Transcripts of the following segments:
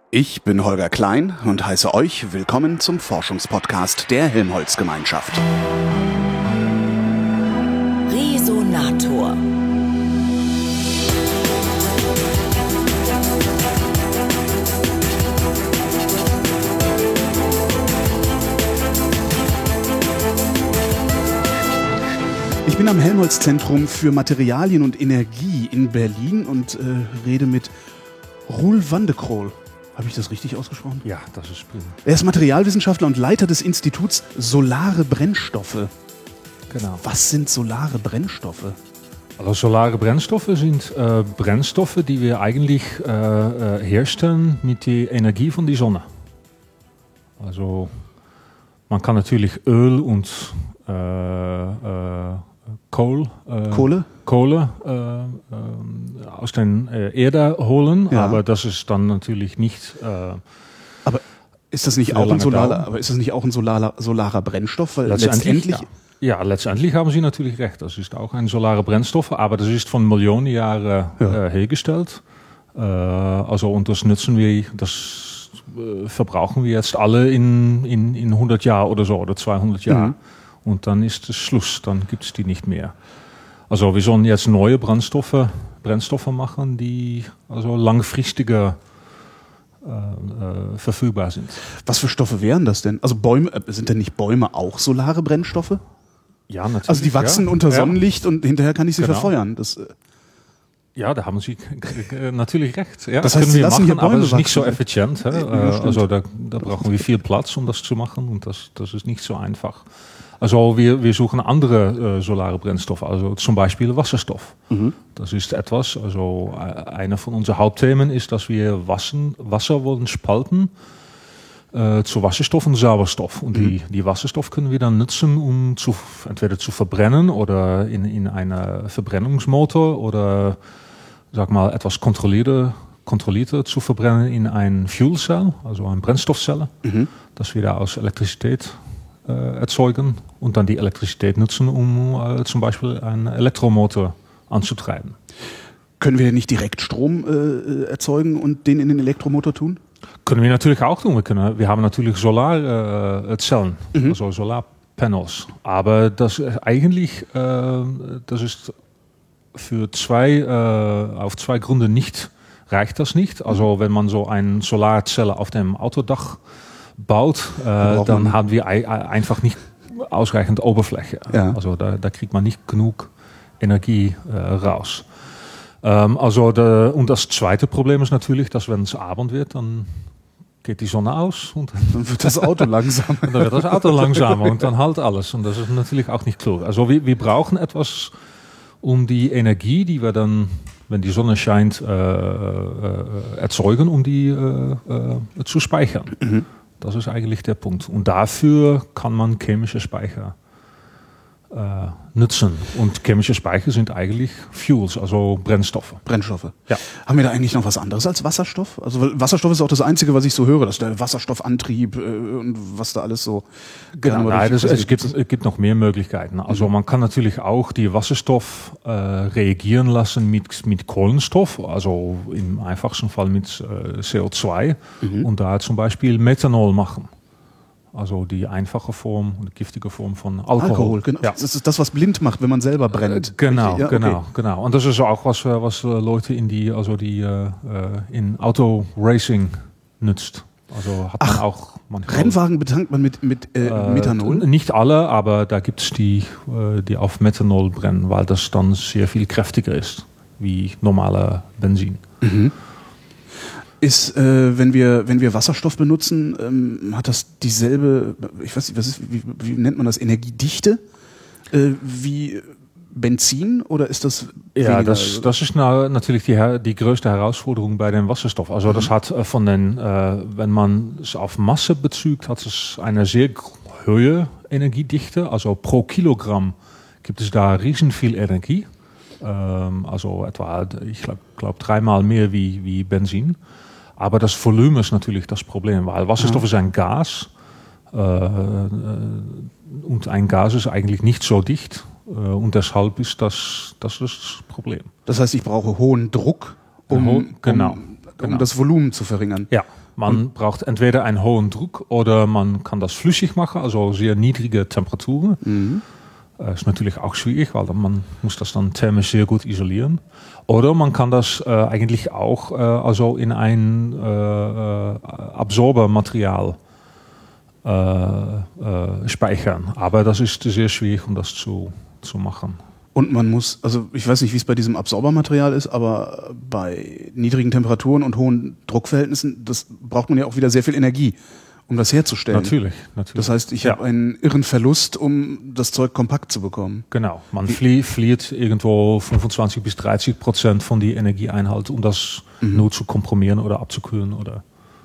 Ich bin Holger Klein und heiße euch willkommen zum Forschungspodcast der Helmholtz-Gemeinschaft. Resonator. Ich bin am Helmholtz-Zentrum für Materialien und Energie in Berlin und rede mit Roel van de Krol. Habe ich das richtig ausgesprochen? Ja, das ist prima. Er ist Materialwissenschaftler und Leiter des Instituts Solare Brennstoffe. Genau. Was sind solare Brennstoffe? Also solare Brennstoffe sind Brennstoffe, die wir eigentlich herstellen mit der Energie von der Sonne. Also man kann natürlich Öl und Kohle aus der Erde holen, ja. Aber das ist dann natürlich nicht. Aber ist das nicht auch ein solarer Brennstoff? Weil letztendlich. Ja, letztendlich haben Sie natürlich recht. Das ist auch ein solarer Brennstoff, aber das ist von Millionen Jahren hergestellt. Und das nutzen wir, das verbrauchen wir jetzt alle in 100 Jahren oder so oder 200 Jahren. Und dann ist es Schluss, dann gibt es die nicht mehr. Also wir sollen jetzt neue Brennstoffe machen, die also langfristiger verfügbar sind. Was für Stoffe wären das denn? Also Bäume, sind denn nicht Bäume auch solare Brennstoffe? Ja, natürlich. Also die wachsen unter Sonnenlicht und hinterher kann ich sie verfeuern. Ja, da haben Sie natürlich recht. Ja, das heißt, können Sie wir lassen machen, hier Bäume aber es ist nicht so wachsen. effizient. Also da brauchen wir viel Platz, um das zu machen und das ist nicht so einfach. Also wir suchen andere solare Brennstoffe, also zum Beispiel Wasserstoff. Das ist etwas, also einer von unseren Hauptthemen ist, dass wir Wasser wollen spalten zu Wasserstoff und Sauerstoff. Und die Wasserstoff können wir dann nutzen, um entweder zu verbrennen oder in einer Verbrennungsmotor oder sag mal etwas kontrollierter zu verbrennen in ein Fuel Cell, also eine Brennstoffzelle, dass wir da aus Elektrizität erzeugen und dann die Elektrizität nutzen, um zum Beispiel einen Elektromotor anzutreiben. Können wir nicht direkt Strom erzeugen und den in den Elektromotor tun? Können wir natürlich auch tun. Wir haben natürlich Solarzellen, also Solarpanels. Aber das eigentlich, das ist auf zwei Gründe nicht, reicht das nicht. Also wenn man so eine Solarzelle auf dem Autodach baut, dann haben wir einfach nicht ausreichend Oberfläche. Ja. Also da kriegt man nicht genug Energie raus. Und das zweite Problem ist natürlich, dass wenn es Abend wird, dann geht die Sonne aus und dann wird das Auto langsamer. Und dann wird das Auto langsamer und dann halt alles. Und das ist natürlich auch nicht klug. Also wir brauchen etwas, um die Energie, die wir dann, wenn die Sonne scheint, erzeugen, um die zu speichern. Das ist eigentlich der Punkt. Und dafür kann man chemische Speicher nutzen. Und chemische Speicher sind eigentlich Fuels, also Brennstoffe. Ja. Haben wir da eigentlich noch was anderes als Wasserstoff? Also weil Wasserstoff ist auch das Einzige, was ich so höre, dass der Wasserstoffantrieb und was da alles so... Genau, es gibt noch mehr Möglichkeiten. Also man kann natürlich auch die Wasserstoff reagieren lassen mit Kohlenstoff, also im einfachsten Fall mit CO2 und da zum Beispiel Methanol machen. Also die einfache Form und giftige Form von Alkohol. Genau. Ja. Das ist das, was blind macht, wenn man selber brennt. Genau. Und das ist auch was Leute in Auto-Racing nützt. Also hat man auch manchmal. Rennwagen betankt man mit Methanol? Nicht alle, aber da gibt es die auf Methanol brennen, weil das dann sehr viel kräftiger ist wie normaler Benzin. Ist, wenn wir Wasserstoff benutzen, hat das dieselbe, ich weiß nicht, wie nennt man das, Energiedichte wie Benzin oder ist das weniger? Ja, das ist natürlich die größte Herausforderung bei dem Wasserstoff. Also das hat wenn man es auf Masse bezügt, hat es eine sehr hohe Energiedichte. Also pro Kilogramm gibt es da riesen viel Energie. Also etwa, ich glaube 3-mal mehr wie Benzin. Aber das Volumen ist natürlich das Problem, weil Wasserstoff ist ein Gas und ein Gas ist eigentlich nicht so dicht und deshalb ist das Problem. Das heißt, ich brauche hohen Druck, um Genau. um das Volumen zu verringern. Ja, man braucht entweder einen hohen Druck oder man kann das flüssig machen, also sehr niedrige Temperaturen. Ist natürlich auch schwierig, weil man muss das dann thermisch sehr gut isolieren. Oder man kann das eigentlich auch also in ein Absorbermaterial speichern. Aber das ist sehr schwierig, um das zu machen. Und man muss, also ich weiß nicht, wie es bei diesem Absorbermaterial ist, aber bei niedrigen Temperaturen und hohen Druckverhältnissen, das braucht man ja auch wieder sehr viel Energie, um das herzustellen. Natürlich. Das heißt, ich habe einen irren Verlust, um das Zeug kompakt zu bekommen. Genau, man verliert irgendwo 25-30% von die Energieeinheit, um das nur zu komprimieren oder abzukühlen. Oder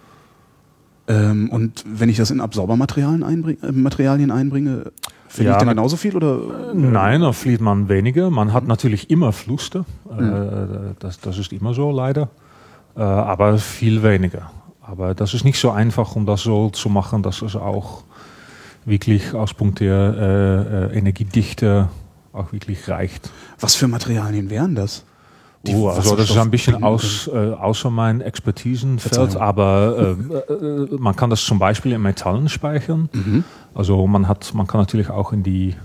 und wenn ich das in Absorbermaterialien einbringe, verliert dann genauso viel? Oder? Nein, da verliert man weniger. Man hat natürlich immer Verluste. Das ist immer so, leider. Aber viel weniger. Aber das ist nicht so einfach, um das so zu machen, dass es auch wirklich aus Punkt der Energiedichte auch wirklich reicht. Was für Materialien wären das? Also das ist ein bisschen außer mein Expertisenfeld, aber man kann das zum Beispiel in Metallen speichern. Also man kann natürlich auch in die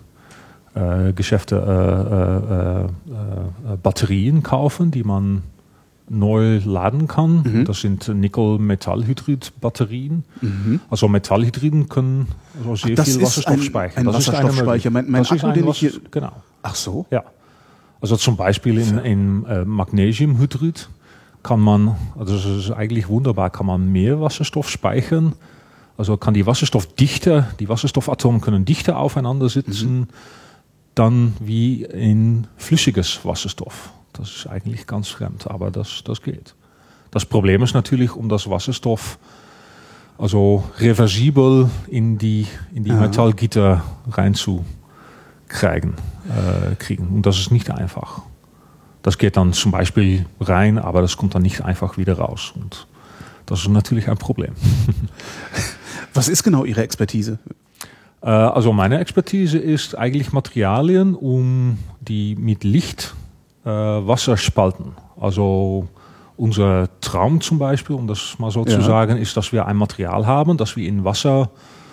Geschäfte Batterien kaufen, die man neu laden kann. Das sind Nickel-Metallhydrid-Batterien. Also Metallhydriden können also sehr viel Wasserstoff speichern. Das Wasserstoffspeicher. Mein Akku, den ich hier... Genau. Ach so? Ja. Also zum Beispiel in Magnesiumhydrid kann man, also das ist eigentlich wunderbar, kann man mehr Wasserstoff speichern. Also kann die Wasserstoffatome können dichter aufeinander sitzen, dann wie in flüssiges Wasserstoff. Das ist eigentlich ganz fremd, aber das geht. Das Problem ist natürlich, um das Wasserstoff also reversibel in die Metallgitter kriegen. Und das ist nicht einfach. Das geht dann zum Beispiel rein, aber das kommt dann nicht einfach wieder raus. Und das ist natürlich ein Problem. Was ist genau Ihre Expertise? Also meine Expertise ist eigentlich Materialien, um die mit Licht Wasser spalten. Also unser Traum zum Beispiel, um das mal so zu sagen, ist, dass wir ein Material haben, das wir in Wasser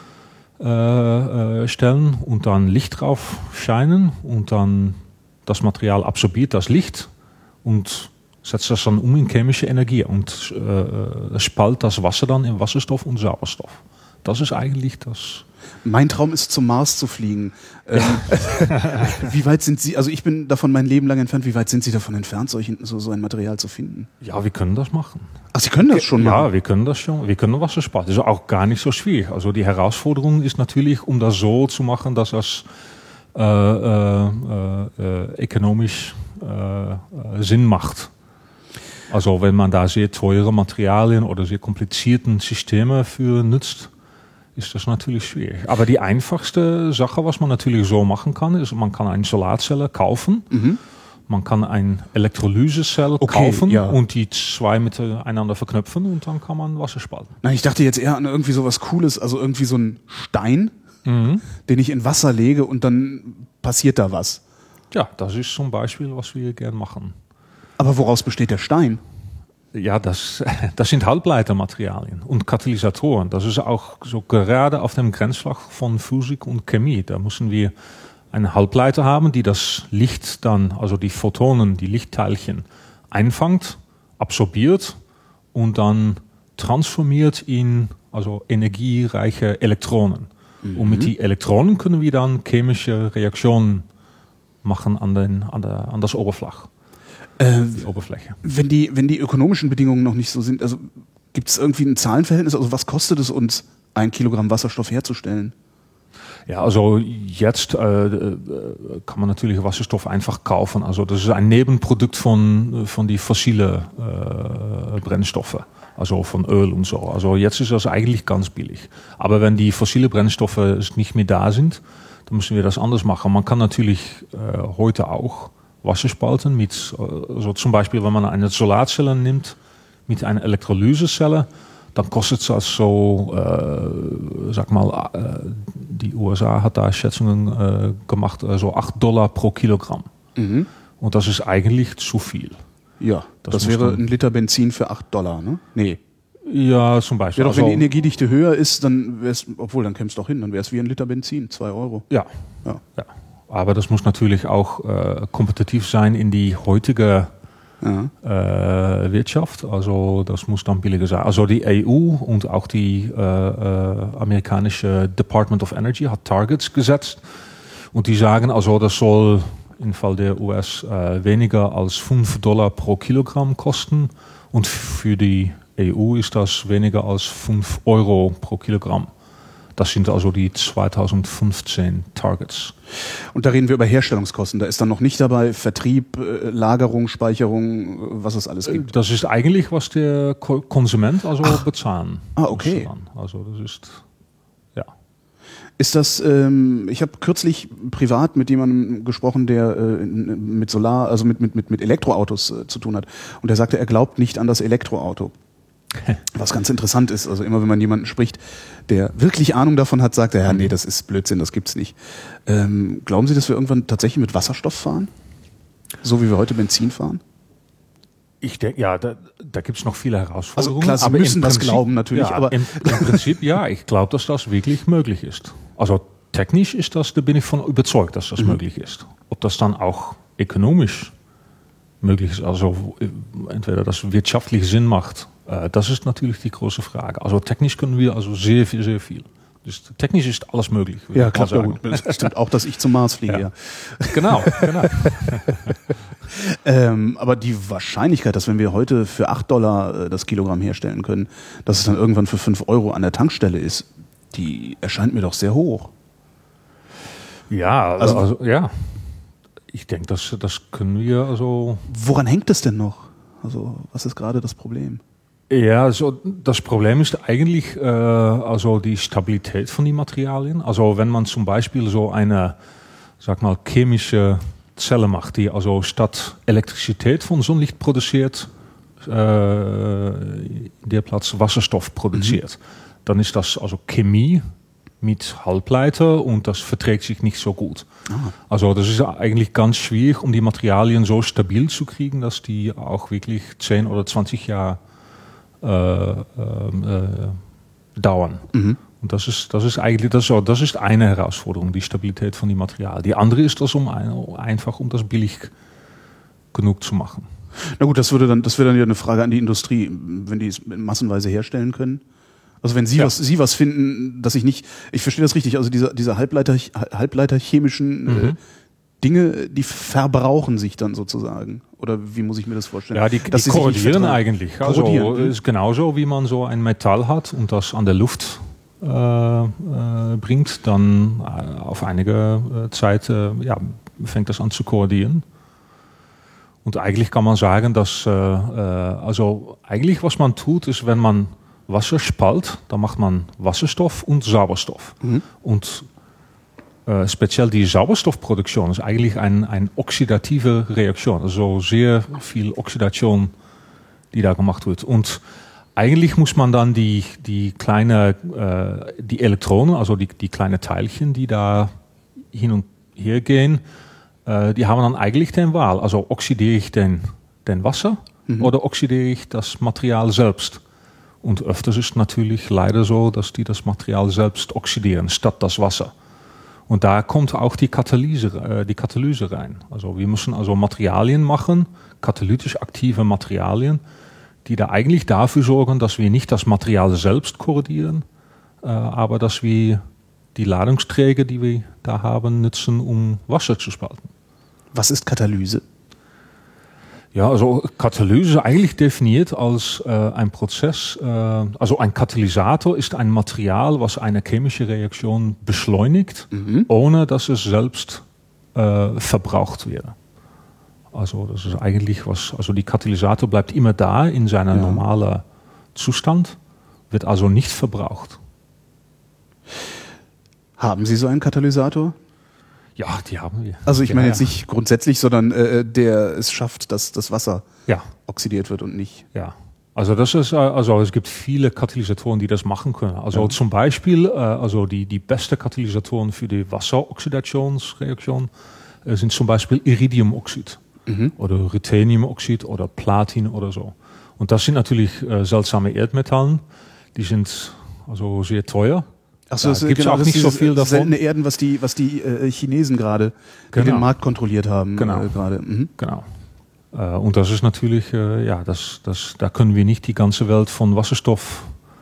stellen und dann Licht drauf scheinen und dann das Material absorbiert das Licht und setzt das dann um in chemische Energie und spaltet das Wasser dann in Wasserstoff und Sauerstoff. Das ist eigentlich das. Mein Traum ist, zum Mars zu fliegen. Wie weit sind Sie, also ich bin davon mein Leben lang entfernt, wie weit sind Sie davon entfernt, so ein Material zu finden? Ja, wir können das machen. Ach, Sie können das schon machen? Ja, wir können das schon. Wir können Wasser spalten. Das ist auch gar nicht so schwierig. Also die Herausforderung ist natürlich, um das so zu machen, dass das ökonomisch Sinn macht. Also wenn man da sehr teure Materialien oder sehr komplizierten Systeme für nutzt, ist das natürlich schwierig. Aber die einfachste Sache, was man natürlich so machen kann, ist, man kann eine Solarzelle kaufen. Man kann eine Elektrolysezelle kaufen und die zwei miteinander verknüpfen und dann kann man Wasser spalten. Na, ich dachte jetzt eher an irgendwie sowas Cooles, also irgendwie so ein Stein, den ich in Wasser lege und dann passiert da was. Ja, das ist zum Beispiel, was wir gerne machen. Aber woraus besteht der Stein? Ja, das sind Halbleitermaterialien und Katalysatoren. Das ist auch so gerade auf dem Grenzflag von Physik und Chemie. Da müssen wir einen Halbleiter haben, die das Licht dann, also die Photonen, die Lichtteilchen einfangt, absorbiert und dann transformiert in also energiereiche Elektronen. Und mit den Elektronen können wir dann chemische Reaktionen machen an das Oberfläche. Die Oberfläche. Wenn die ökonomischen Bedingungen noch nicht so sind, also gibt es irgendwie ein Zahlenverhältnis? Also was kostet es uns, 1 Kilogramm Wasserstoff herzustellen? Ja, also jetzt kann man natürlich Wasserstoff einfach kaufen. Also das ist ein Nebenprodukt von die fossile Brennstoffe, also von Öl und so. Also jetzt ist das eigentlich ganz billig. Aber wenn die fossile Brennstoffe nicht mehr da sind, dann müssen wir das anders machen. Man kann natürlich heute auch Wasser spalten mit, so zum Beispiel, wenn man eine Solarzelle nimmt mit einer Elektrolysezelle, dann kostet das so, sag mal, die USA hat da Schätzungen gemacht, so $8 pro Kilogramm. Und das ist eigentlich zu viel. Ja, das wäre ein Liter Benzin für $8, ne? Nee. Ja, zum Beispiel. Ja, doch, wenn die Energiedichte höher ist, dann wäre es, obwohl, dann käme es doch hin, dann wäre es wie ein Liter Benzin, 2 Euro. Ja. Aber das muss natürlich auch kompetitiv sein in die heutige Wirtschaft. Also das muss dann billiger sein. Also die EU und auch die amerikanische Department of Energy hat Targets gesetzt und die sagen, also das soll im Fall der US weniger als $5 pro Kilogramm kosten und für die EU ist das weniger als 5 Euro pro Kilogramm. Das sind also die 2015 Targets. Und da reden wir über Herstellungskosten. Da ist dann noch nicht dabei Vertrieb, Lagerung, Speicherung, was es alles gibt. Das ist eigentlich, was der Konsument also bezahlen muss. Okay. Also das ist, ja. Ist das, ich habe kürzlich privat mit jemandem gesprochen, der mit Solar, also mit Elektroautos zu tun hat. Und der sagte, er glaubt nicht an das Elektroauto. Was ganz interessant ist, also immer wenn man jemanden spricht, der wirklich Ahnung davon hat, sagt er, ja, nee, das ist Blödsinn, das gibt's nicht. Glauben Sie, dass wir irgendwann tatsächlich mit Wasserstoff fahren? So wie wir heute Benzin fahren? Ich denke, ja, da gibt es noch viele Herausforderungen. Also klar, Sie müssen das glauben natürlich, ja, aber im Prinzip, ja, ich glaube, dass das wirklich möglich ist. Also technisch ist das, da bin ich von überzeugt, dass das möglich ist. Ob das dann auch ökonomisch möglich ist, also entweder das wirtschaftlich Sinn macht, das ist natürlich die große Frage. Also technisch können wir also sehr viel, sehr viel. Dus technisch ist alles möglich. Ja, klappt ja gut. Das stimmt auch, dass ich zum Mars fliege. Ja. Genau. Aber die Wahrscheinlichkeit, dass wenn wir heute für $8 das Kilogramm herstellen können, dass es dann irgendwann für 5 Euro an der Tankstelle ist, die erscheint mir doch sehr hoch. Ja, also ja. Ich denke, das können wir also. Woran hängt es denn noch? Also, was ist gerade das Problem? Ja, also das Problem ist eigentlich also die Stabilität von den Materialien. Also wenn man zum Beispiel so eine, sag mal, chemische Zelle macht, die also statt Elektrizität von Sonnenlicht produziert, in der Platz Wasserstoff produziert, dann ist das also Chemie mit Halbleiter und das verträgt sich nicht so gut. Also das ist eigentlich ganz schwierig, um die Materialien so stabil zu kriegen, dass die auch wirklich 10 oder 20 Jahre dauern. Und das ist eigentlich das ist eine Herausforderung, die Stabilität von dem Material. Die andere ist das, einfach um das billig genug zu machen. Na gut, das wäre dann ja eine Frage an die Industrie, wenn die es massenweise herstellen können. Also wenn Sie was finden, dass ich verstehe das richtig, also diese Halbleiterchemischen Dinge, die verbrauchen sich dann sozusagen. Oder wie muss ich mir das vorstellen? Ja, die korrodieren eigentlich. Also ist genauso, wie man so ein Metall hat und das an der Luft bringt, dann auf einige Zeit fängt das an zu korrodieren. Und eigentlich kann man sagen, dass also eigentlich was man tut, ist, wenn man Wasser spalt, dann macht man Wasserstoff und Sauerstoff. Und speziell die Sauerstoffproduktion ist eigentlich eine oxidative Reaktion. Also sehr viel Oxidation, die da gemacht wird. Und eigentlich muss man dann die Elektronen, also die kleinen Teilchen, die da hin und her gehen, die haben dann eigentlich den Wahl. Also oxidiere ich den Wasser oder oxidiere ich das Material selbst? Und öfters ist natürlich leider so, dass die das Material selbst oxidieren, statt das Wasser. Und da kommt auch die Katalyse rein. Also wir müssen also Materialien machen, katalytisch aktive Materialien, die da eigentlich dafür sorgen, dass wir nicht das Material selbst korrodieren, aber dass wir die Ladungsträger, die wir da haben, nutzen, um Wasser zu spalten. Was ist Katalyse? Ja, also Katalyse eigentlich definiert als ein Prozess, also ein Katalysator ist ein Material, was eine chemische Reaktion beschleunigt, ohne dass es selbst verbraucht wird. Also das ist eigentlich also die Katalysator bleibt immer da in seinem normalen Zustand, wird also nicht verbraucht. Haben Sie so einen Katalysator? Ja, die haben wir. Also ich meine jetzt nicht grundsätzlich, sondern der es schafft, dass das Wasser oxidiert wird und nicht. Ja, also es gibt viele Katalysatoren, die das machen können. Also zum Beispiel, also die beste Katalysatoren für die Wasseroxidationsreaktion sind zum Beispiel Iridiumoxid. oder Rutheniumoxid oder Platin oder so. Und das sind natürlich seltsame Erdmetallen, die sind also sehr teuer. Achso, da gibt es auch nicht so viel davon. Seltene Erden, was die Chinesen gerade den Markt kontrolliert haben. Genau. Genau. Und das ist natürlich, da können wir nicht die ganze Welt von Wasserstoff,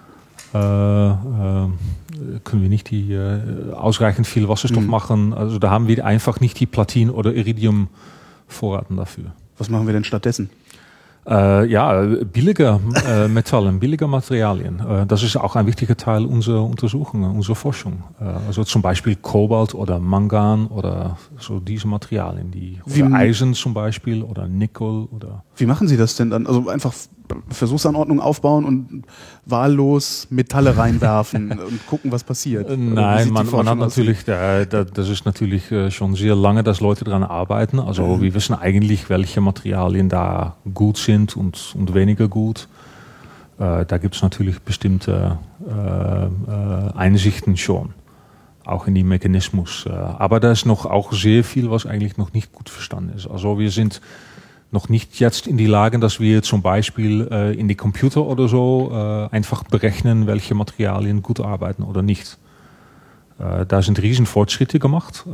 können wir nicht ausreichend viel Wasserstoff machen. Also da haben wir einfach nicht die Platin- oder Iridium-Vorraten dafür. Was machen wir denn stattdessen? Billige Metallen, billige Materialien. Das ist auch ein wichtiger Teil unserer Untersuchungen, unserer Forschung. Also zum Beispiel Kobalt oder Mangan oder so diese Materialien, oder Eisen zum Beispiel oder Nickel oder. Wie machen Sie das denn dann? Also einfach Versuchsanordnung aufbauen und wahllos Metalle reinwerfen und gucken, was passiert? Nein, man hat natürlich, das ist natürlich schon sehr lange, dass Leute daran arbeiten. Also wir wissen eigentlich, welche Materialien da gut sind und weniger gut. Da gibt es natürlich bestimmte Einsichten schon, auch in die Mechanismus. Aber da ist noch auch sehr viel, was eigentlich noch nicht gut verstanden ist. Also wir sind noch nicht jetzt in die Lage, dass wir zum Beispiel in die Computer oder so einfach berechnen, welche Materialien gut arbeiten oder nicht. Da sind riesen Fortschritte gemacht.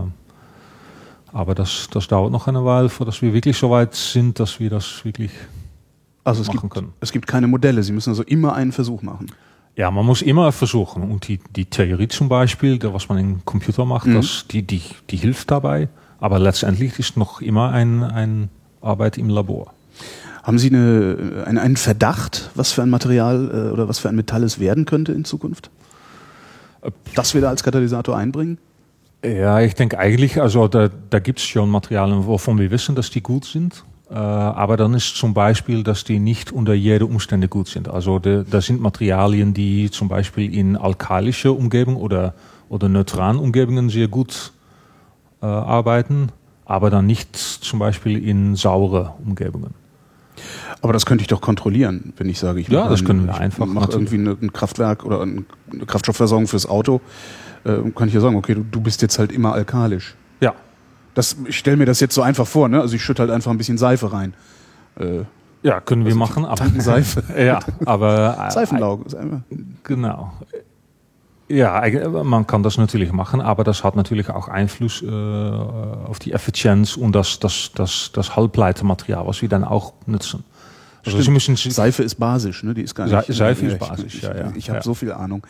Aber das dauert noch eine Weile, vor dass wir wirklich so weit sind, dass wir das wirklich machen können. Es gibt keine Modelle, Sie müssen also immer einen Versuch machen. Ja, man muss immer versuchen. Und die Theorie zum Beispiel, was man im Computer macht, die hilft dabei. Aber letztendlich ist noch immer ein Arbeit im Labor. Haben Sie einen Verdacht, was für ein Material oder was für ein Metall es werden könnte in Zukunft? Das wir da als Katalysator einbringen? Ja, ich denke eigentlich, also da gibt es schon Materialien, wovon wir wissen, dass die gut sind. Aber dann ist zum Beispiel, dass die nicht unter jede Umstände gut sind. Also da sind Materialien, die zum Beispiel in alkalische Umgebungen oder neutralen Umgebungen sehr gut arbeiten, aber dann nicht zum Beispiel in saure Umgebungen. Aber das könnte ich doch kontrollieren, wenn ich sage, das können wir einfach machen. Irgendwie ein Kraftwerk oder eine Kraftstoffversorgung fürs Auto. Kann ich ja sagen, okay, du bist jetzt halt immer alkalisch. Ja. Ich stelle mir das jetzt so einfach vor, ne? Also ich schütte halt einfach ein bisschen Seife rein. Ja, können wir machen. Tanken Seife. Ja, aber Seifenlauge. Genau. Ja, man kann das natürlich machen, aber das hat natürlich auch Einfluss auf die Effizienz und das Halbleitermaterial, was wir dann auch nutzen. Also Sie müssen Seife ist basisch, ne? Die ist gar nicht. Seife ist basisch, Ich habe so viel Ahnung.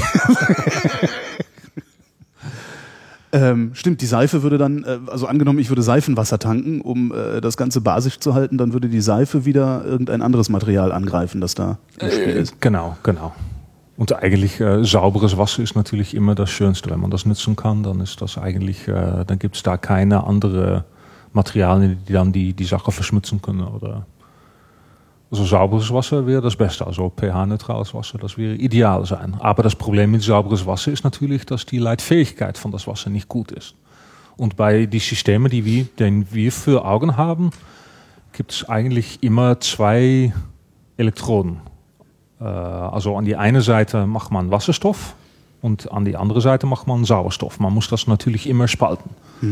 Stimmt, die Seife würde dann, also angenommen, ich würde Seifenwasser tanken, um das Ganze basisch zu halten, dann würde die Seife wieder irgendein anderes Material angreifen, das da im Spiel ist. Genau. Und eigentlich sauberes Wasser ist natürlich immer das Schönste. Wenn man das nutzen kann, dann ist das eigentlich, dann gibt es da keine andere Materialien, die dann die Sache verschmutzen können. Also sauberes Wasser wäre das Beste. Also pH-neutrales Wasser, das wäre ideal sein. Aber das Problem mit sauberes Wasser ist natürlich, dass die Leitfähigkeit von das Wasser nicht gut ist. Und bei den Systemen, die wir für Augen haben, gibt es eigentlich immer 2 Elektroden. Also an die eine Seite macht man Wasserstoff und an die andere Seite macht man Sauerstoff. Man muss das natürlich immer spalten.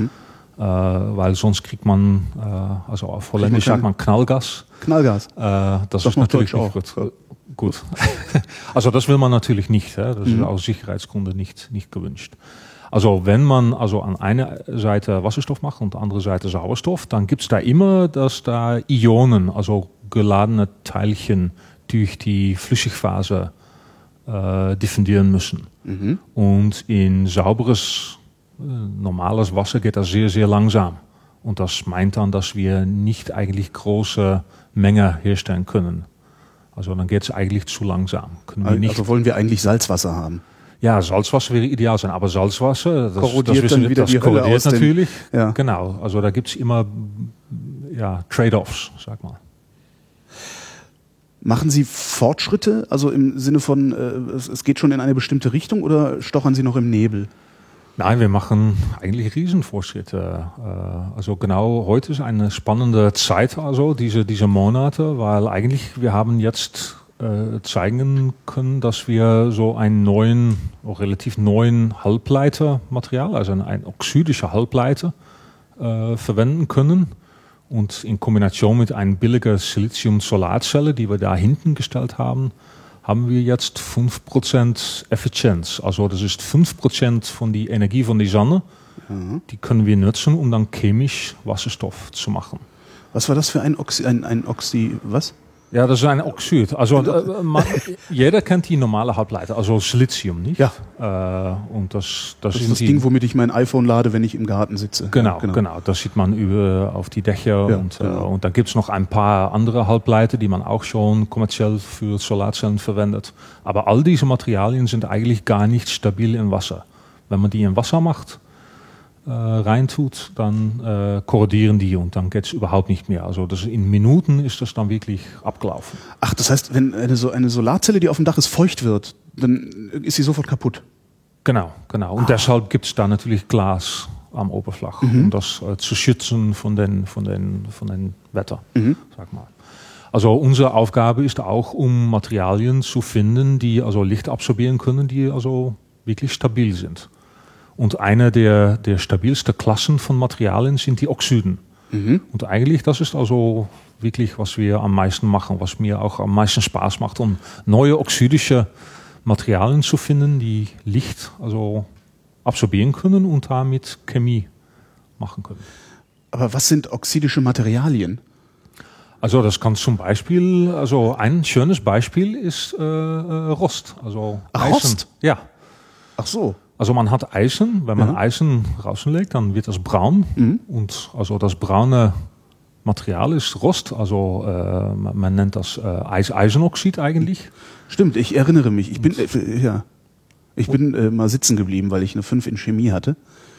Weil sonst kriegt man, also auf Holländisch sagt man Knallgas. Knallgas. Das ist natürlich nicht gut. Also das will man natürlich nicht. Das ist aus Sicherheitsgründen nicht gewünscht. Also wenn man also an einer Seite Wasserstoff macht und an der anderen Seite Sauerstoff, dann gibt es da immer, dass da Ionen, also geladene Teilchen, durch die Flüssigphase diffundieren müssen. Und in sauberes normales Wasser geht das sehr, sehr langsam. Und das meint dann, dass wir nicht eigentlich große Mengen herstellen können. Also dann geht es eigentlich zu langsam. Also wollen wir eigentlich Salzwasser haben? Ja, Salzwasser wäre ideal sein, aber Salzwasser, das korrodiert natürlich. Ja. Genau, also da gibt es immer Trade-offs, sag mal. Machen Sie Fortschritte, also im Sinne von, es geht schon in eine bestimmte Richtung oder stochern Sie noch im Nebel? Nein, wir machen eigentlich Riesenfortschritte. Also genau heute ist eine spannende Zeit, also diese Monate, weil eigentlich wir haben jetzt zeigen können, dass wir so einen relativ neuen Halbleitermaterial, also ein oxidischer Halbleiter verwenden können. Und in Kombination mit einer billigen Silizium-Solarzelle, die wir da hinten gestellt haben, haben wir jetzt 5% Effizienz. Also das ist 5% von der Energie von der Sonne. Die können wir nutzen, um dann chemisch Wasserstoff zu machen. Was war das für ein Oxy, was? Ja, das ist ein Oxid. Also jeder kennt die normale Halbleiter, also Silizium, nicht? Ja. Und das ist das Ding, womit ich mein iPhone lade, wenn ich im Garten sitze. Genau. Das sieht man auf die Dächer. Ja, und da gibt es noch ein paar andere Halbleiter, die man auch schon kommerziell für Solarzellen verwendet. Aber all diese Materialien sind eigentlich gar nicht stabil im Wasser. Wenn man die in Wasser macht, reintut, dann korrodieren die und dann geht es überhaupt nicht mehr. Also in Minuten ist das dann wirklich abgelaufen. Ach, das heißt, wenn eine Solarzelle, die auf dem Dach ist, feucht wird, dann ist sie sofort kaputt. Genau. Und deshalb gibt es da natürlich Glas am Oberfläche, um das zu schützen von den Wetter, sag mal. Also unsere Aufgabe ist auch, um Materialien zu finden, die also Licht absorbieren können, die also wirklich stabil sind. Und eine der stabilsten Klassen von Materialien sind die Oxiden. Und eigentlich, das ist also wirklich, was wir am meisten machen, was mir auch am meisten Spaß macht, um neue oxidische Materialien zu finden, die Licht also absorbieren können und damit Chemie machen können. Aber was sind oxidische Materialien? Also das kann zum Beispiel, also ein schönes Beispiel ist Rost. Also Eisen. Rost? Ja. Ach so. Also man hat Eisen, wenn man Eisen rauslegt, dann wird das braun. Und also das braune Material ist Rost, also man nennt das Eisenoxid eigentlich. Stimmt, ich erinnere mich. Ich bin mal sitzen geblieben, weil ich eine 5 in Chemie hatte.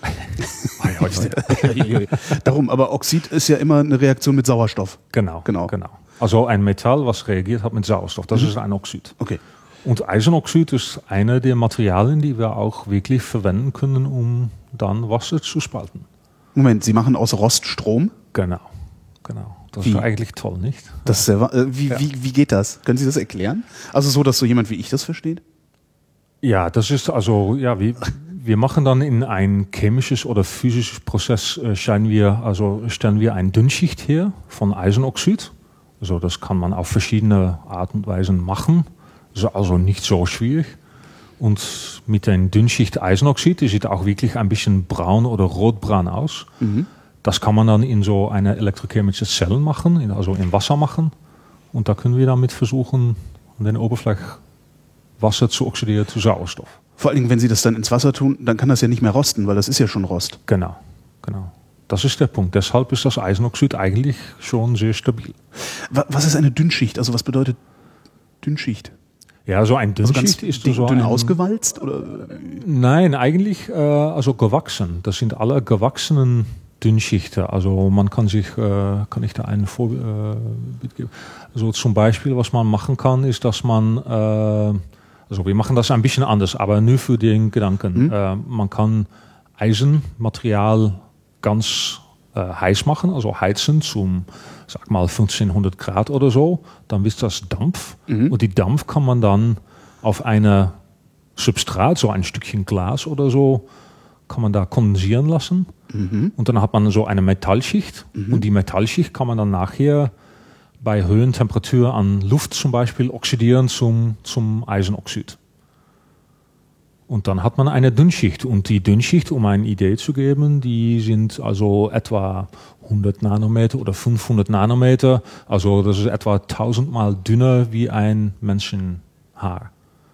Darum, aber Oxid ist ja immer eine Reaktion mit Sauerstoff. Genau. Also ein Metall, was reagiert hat mit Sauerstoff, das ist ein Oxid. Okay. Und Eisenoxid ist eine der Materialien, die wir auch wirklich verwenden können, um dann Wasser zu spalten. Moment, Sie machen aus Rost Strom? Genau. Das ist eigentlich toll, nicht? Das ist wie geht das? Können Sie das erklären? Also so, dass so jemand wie ich das versteht? Ja, das ist also, wir machen dann in ein chemisches oder physisches Prozess, stellen wir eine Dünnschicht her von Eisenoxid. Also das kann man auf verschiedene Arten und Weisen machen. Das ist also nicht so schwierig. Und mit der Dünnschicht Eisenoxid, die sieht auch wirklich ein bisschen braun oder rotbraun aus. Das kann man dann in so eine elektrochemische Zelle machen, also in Wasser machen. Und da können wir damit versuchen, an der Oberfläche Wasser zu oxidieren zu Sauerstoff. Vor allem, wenn Sie das dann ins Wasser tun, dann kann das ja nicht mehr rosten, weil das ist ja schon Rost. Genau. Das ist der Punkt. Deshalb ist das Eisenoxid eigentlich schon sehr stabil. Was ist eine Dünnschicht? Also was bedeutet Dünnschicht? Ja, so ein Dünnschicht ist so dünn ausgewalzt? Oder? Nein, eigentlich also gewachsen. Das sind alle gewachsenen Dünnschichten. Also man kann ich da einen Vorbild geben. Also zum Beispiel, was man machen kann, ist, dass man, also wir machen das ein bisschen anders, aber nur für den Gedanken. Man kann Eisenmaterial ganz heiß machen, also heizen zum, sag mal, 1500 Grad oder so, dann wird das Dampf. Und die Dampf kann man dann auf eine Substrat, so ein Stückchen Glas oder so, kann man da kondensieren lassen. Und dann hat man so eine Metallschicht. Und die Metallschicht kann man dann nachher bei hohen Temperaturen an Luft zum Beispiel oxidieren zum Eisenoxid. Und dann hat man eine Dünnschicht. Und die Dünnschicht, um eine Idee zu geben, die sind also etwa 100 Nanometer oder 500 Nanometer. Also das ist etwa 1000-mal dünner wie ein Menschenhaar.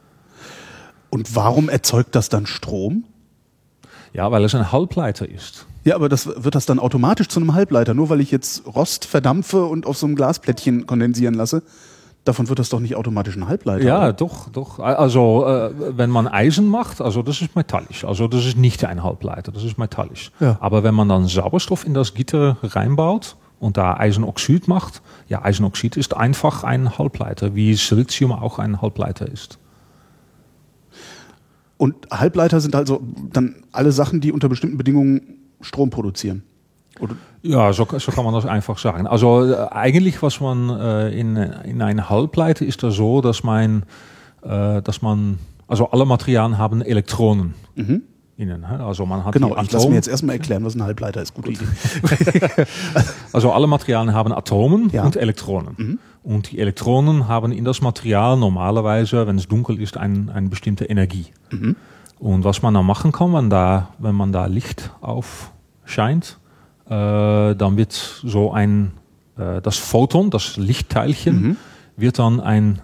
Und warum erzeugt das dann Strom? Ja, weil es ein Halbleiter ist. Ja, aber wird das dann automatisch zu einem Halbleiter? Nur weil ich jetzt Rost verdampfe und auf so einem Glasplättchen kondensieren lasse? Davon wird das doch nicht automatisch ein Halbleiter. Ja, oder? doch. Also wenn man Eisen macht, also das ist metallisch. Also das ist nicht ein Halbleiter, das ist metallisch. Ja. Aber wenn man dann Sauerstoff in das Gitter reinbaut und da Eisenoxid macht, ja, Eisenoxid ist einfach ein Halbleiter, wie Silizium auch ein Halbleiter ist. Und Halbleiter sind also dann alle Sachen, die unter bestimmten Bedingungen Strom produzieren. Oder? Ja, so kann man das einfach sagen. Also eigentlich, was man in einer Halbleiter ist das so, dass man, also alle Materialien haben Elektronen innen. Also man hat genau, ich lasse mir jetzt erstmal erklären, was ein Halbleiter ist. Gute Idee. Also alle Materialien haben Atomen und Elektronen. Mhm. Und die Elektronen haben in das Material normalerweise, wenn es dunkel ist, eine bestimmte Energie. Mhm. Und was man dann machen kann, wenn man da Licht aufscheint, dann wird so das Photon, das Lichtteilchen, wird dann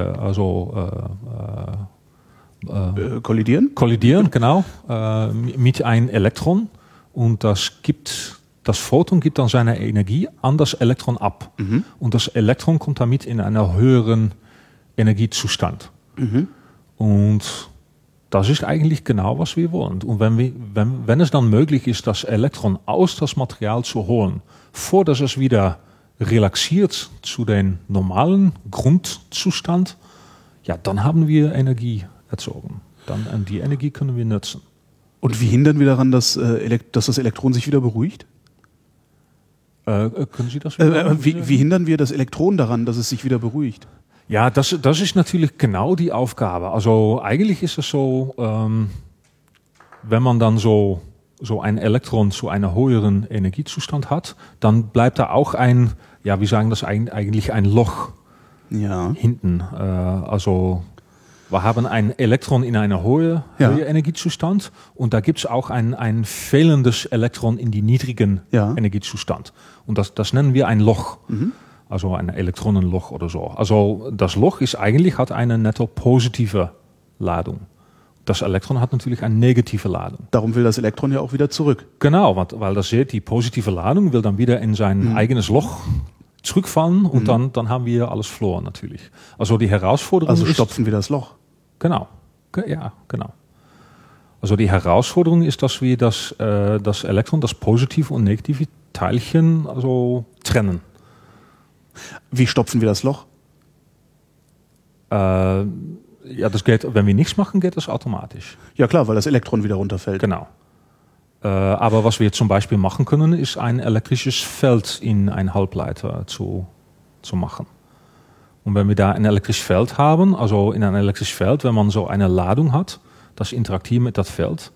kollidieren, genau, mit einem Elektron. Und das Photon gibt dann seine Energie an das Elektron ab. Mhm. Und das Elektron kommt damit in einen höheren Energiezustand. Mhm. Und das ist eigentlich genau, was wir wollen. Und wenn es dann möglich ist, das Elektron aus das Material zu holen, vor dass es wieder relaxiert zu dem normalen Grundzustand, ja, dann haben wir Energie erzeugen. Dann die Energie können wir nutzen. Und wie hindern wir daran, dass das Elektron sich wieder beruhigt? Können Sie das wie hindern wir das Elektron daran, dass es sich wieder beruhigt? Ja, das ist natürlich genau die Aufgabe. Also eigentlich ist es so, wenn man dann so ein Elektron zu einem höheren Energiezustand hat, dann bleibt da auch wir sagen das eigentlich ein Loch hinten. Also wir haben ein Elektron in einer hohen Energiezustand und da gibt es auch ein fehlendes Elektron in die niedrigen Energiezustand. Und das nennen wir ein Loch. Mhm. Also ein Elektronenloch oder so. Also das Loch hat eine netto positive Ladung. Das Elektron hat natürlich eine negative Ladung. Darum will das Elektron ja auch wieder zurück. Genau, weil das die positive Ladung will dann wieder in sein eigenes Loch zurückfallen und dann haben wir alles verloren natürlich. Also die Herausforderung ist... Also stopfen wir das Loch. Genau, ja, genau. Also die Herausforderung ist, dass wir das Elektron, das positive und negative Teilchen trennen. Wie stopfen wir das Loch? Das geht, wenn wir nichts machen, geht das automatisch. Ja klar, weil das Elektron wieder runterfällt. Genau. Aber was wir zum Beispiel machen können, ist ein elektrisches Feld in ein Halbleiter zu machen. Und wenn wir da ein elektrisches Feld haben, also in einem elektrischen Feld, wenn man so eine Ladung hat, das interagiert mit das Feld,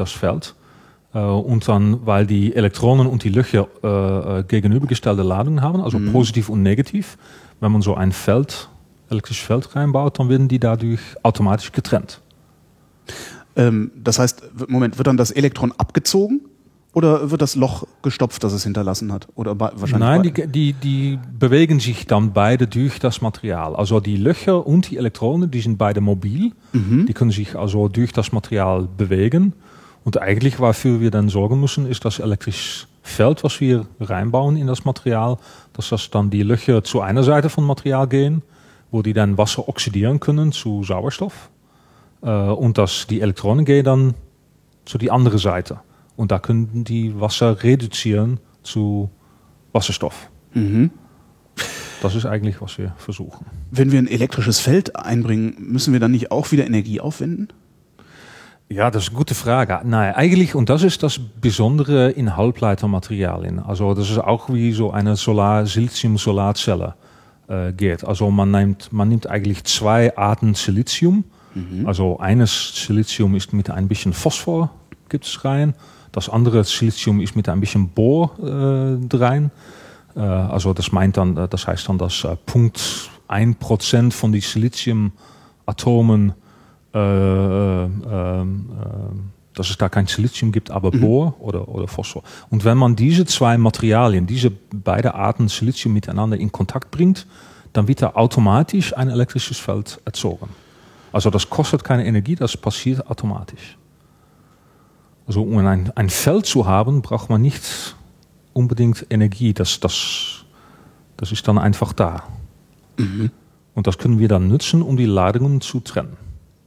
und dann, weil die Elektronen und die Löcher gegenübergestellte Ladungen haben, also positiv und negativ, wenn man so ein elektrisches Feld reinbaut, dann werden die dadurch automatisch getrennt. Das heißt, wird dann das Elektron abgezogen oder wird das Loch gestopft, das es hinterlassen hat? Oder wahrscheinlich Nein, die bewegen sich dann beide durch das Material. Also die Löcher und die Elektronen, die sind beide mobil. Mhm. Die können sich also durch das Material bewegen. Und eigentlich, wofür wir dann sorgen müssen, ist das elektrische Feld, was wir reinbauen in das Material, dass das dann die Löcher zu einer Seite vom Material gehen, wo die dann Wasser oxidieren können zu Sauerstoff. Und dass die Elektronen gehen dann zu die andere Seite. Und da können die Wasser reduzieren zu Wasserstoff. Mhm. Das ist eigentlich, was wir versuchen. Wenn wir ein elektrisches Feld einbringen, müssen wir dann nicht auch wieder Energie aufwenden? Ja, das ist eine gute Frage. Nein, eigentlich, und das ist das Besondere in Halbleitermaterialien. Also das ist auch wie so eine Silizium-Solarzelle geht. Also man nimmt eigentlich zwei Arten Silizium. Mhm. Also eines Silizium ist mit ein bisschen Phosphor, gibt es rein. Das andere Silizium ist mit ein bisschen Bohr rein. Also das heißt dann, dass 0,1% von den Siliziumatomen, dass es da kein Silizium gibt, aber Bohr oder Phosphor. Und wenn man diese zwei Materialien, diese beiden Arten Silizium miteinander in Kontakt bringt, dann wird da automatisch ein elektrisches Feld erzeugt. Also das kostet keine Energie, das passiert automatisch. Also um ein Feld zu haben, braucht man nicht unbedingt Energie. Das ist dann einfach da. Mhm. Und das können wir dann nutzen, um die Ladungen zu trennen.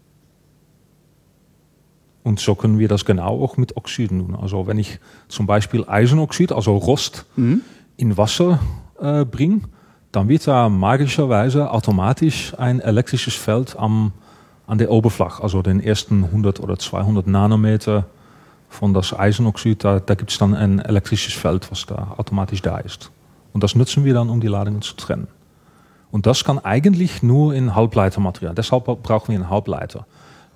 Und so können wir das genau auch mit Oxiden tun. Also wenn ich zum Beispiel Eisenoxid, also Rost, in Wasser bringe, dann wird da magischerweise automatisch ein elektrisches Feld an der Oberfläche, also den ersten 100 oder 200 Nanometer von das Eisenoxid, da gibt es dann ein elektrisches Feld, was da automatisch da ist. Und das nutzen wir dann, um die Ladungen zu trennen. Und das kann eigentlich nur in Halbleitermaterial. Deshalb brauchen wir einen Halbleiter.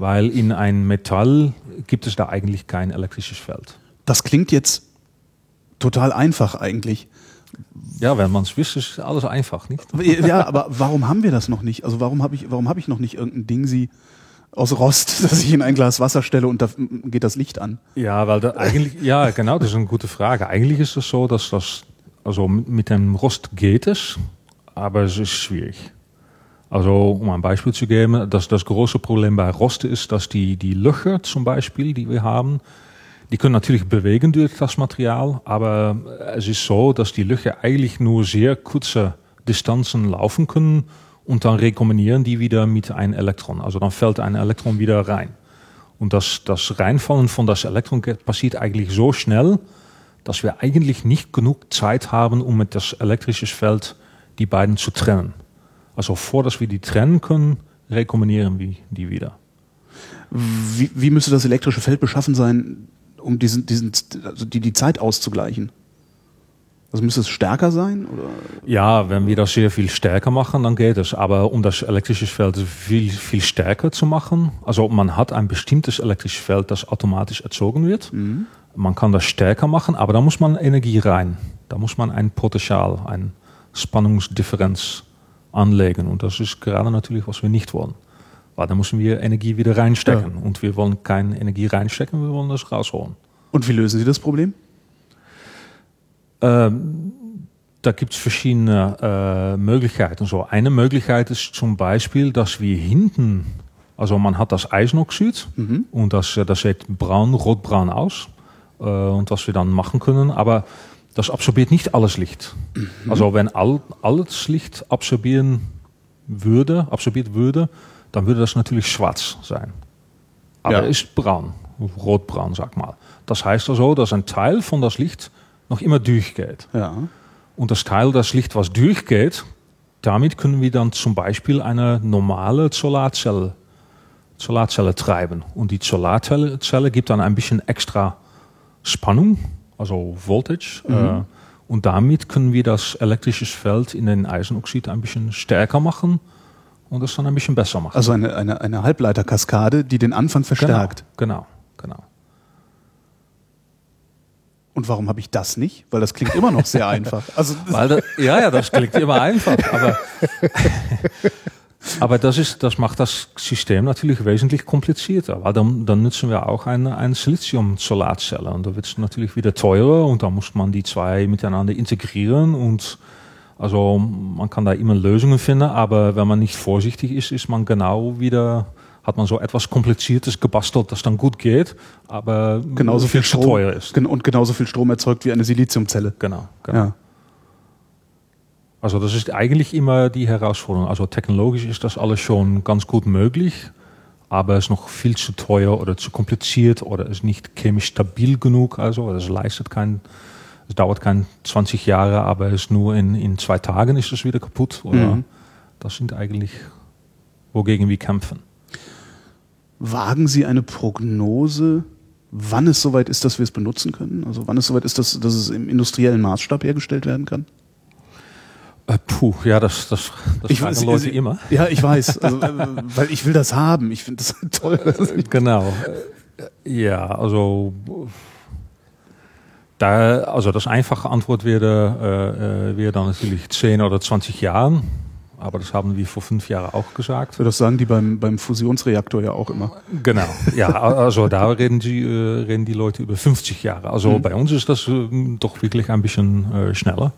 weil in ein Metall gibt es da eigentlich kein elektrisches Feld. Das klingt jetzt total einfach eigentlich. Ja, wenn man es wisst, ist alles einfach, nicht? Ja, aber warum haben wir das noch nicht? Also warum hab ich noch nicht irgendein Ding aus Rost, das ich in ein Glas Wasser stelle und da geht das Licht an? Ja, weil ja, genau, das ist eine gute Frage. Eigentlich ist es so, dass also mit dem Rost geht es, aber es ist schwierig. Also um ein Beispiel zu geben, das große Problem bei Rost ist, dass die Löcher zum Beispiel, die wir haben, die können natürlich bewegen durch das Material, aber es ist so, dass die Löcher eigentlich nur sehr kurze Distanzen laufen können und dann rekombinieren die wieder mit einem Elektron. Also dann fällt ein Elektron wieder rein. Und das Reinfallen von das Elektron passiert eigentlich so schnell, dass wir eigentlich nicht genug Zeit haben, um mit das elektrische Feld die beiden zu trennen. Also vor, dass wir die trennen können, rekombinieren wir die wieder. Wie müsste das elektrische Feld beschaffen sein, um die Zeit auszugleichen? Also müsste es stärker sein? Oder? Ja, wenn wir das sehr viel stärker machen, dann geht es. Aber um das elektrische Feld viel, viel stärker zu machen, also man hat ein bestimmtes elektrisches Feld, das automatisch erzeugt wird. Mhm. Man kann das stärker machen, aber da muss man Energie rein. Da muss man ein Potential, eine Spannungsdifferenz anlegen. Und das ist gerade natürlich, was wir nicht wollen. Weil da müssen wir Energie wieder reinstecken. Ja. Und wir wollen keine Energie reinstecken, wir wollen das rausholen. Und wie lösen Sie das Problem? Da gibt es verschiedene Möglichkeiten. So, eine Möglichkeit ist zum Beispiel, dass wir hinten, also man hat das Eisenoxid und das sieht rotbraun aus. Und was wir dann machen können, aber das absorbiert nicht alles Licht. Also wenn alles Licht absorbiert würde, dann würde das natürlich schwarz sein. Aber es ist braun, rotbraun, sag mal. Das heißt also, dass ein Teil von das Licht noch immer durchgeht. Ja. Und das Teil das Licht, was durchgeht, damit können wir dann zum Beispiel eine normale Solarzelle treiben. Und die Solarzelle gibt dann ein bisschen extra Spannung, also Voltage. Und damit können wir das elektrische Feld in den Eisenoxid ein bisschen stärker machen und das dann ein bisschen besser machen. Also eine Halbleiterkaskade, die den Anfang verstärkt. Genau. Und warum habe ich das nicht? Weil das klingt immer noch sehr einfach. Also das klingt immer einfach. Aber das macht das System natürlich wesentlich komplizierter. Weil dann nutzen wir auch eine Silizium-Solarzelle. Und da wird es natürlich wieder teurer und da muss man die zwei miteinander integrieren. Und also man kann da immer Lösungen finden, aber wenn man nicht vorsichtig ist man hat man so etwas Kompliziertes gebastelt, das dann gut geht, aber genauso viel zu teuer ist. Und genauso viel Strom erzeugt wie eine Siliziumzelle. Genau. Ja. Also das ist eigentlich immer die Herausforderung. Also technologisch ist das alles schon ganz gut möglich, aber es ist noch viel zu teuer oder zu kompliziert oder ist nicht chemisch stabil genug. Also es dauert keine 20 Jahre, aber es ist nur in 2 Tagen ist es wieder kaputt. Oder das sind eigentlich, wogegen wir kämpfen. Wagen Sie eine Prognose, wann es soweit ist, dass wir es benutzen können? Also wann es soweit ist, dass es im industriellen Maßstab hergestellt werden kann? Das fragen Leute immer. Ja, ich weiß, also, weil ich will das haben. Ich finde das toll. Genau. Ja, also das einfache Antwort wäre dann natürlich 10 oder 20 Jahren. Aber das haben wir vor 5 Jahren auch gesagt. Das sagen die beim Fusionsreaktor ja auch immer. Genau, ja, also da reden die Leute über 50 Jahre. Also bei uns ist das doch wirklich ein bisschen schneller.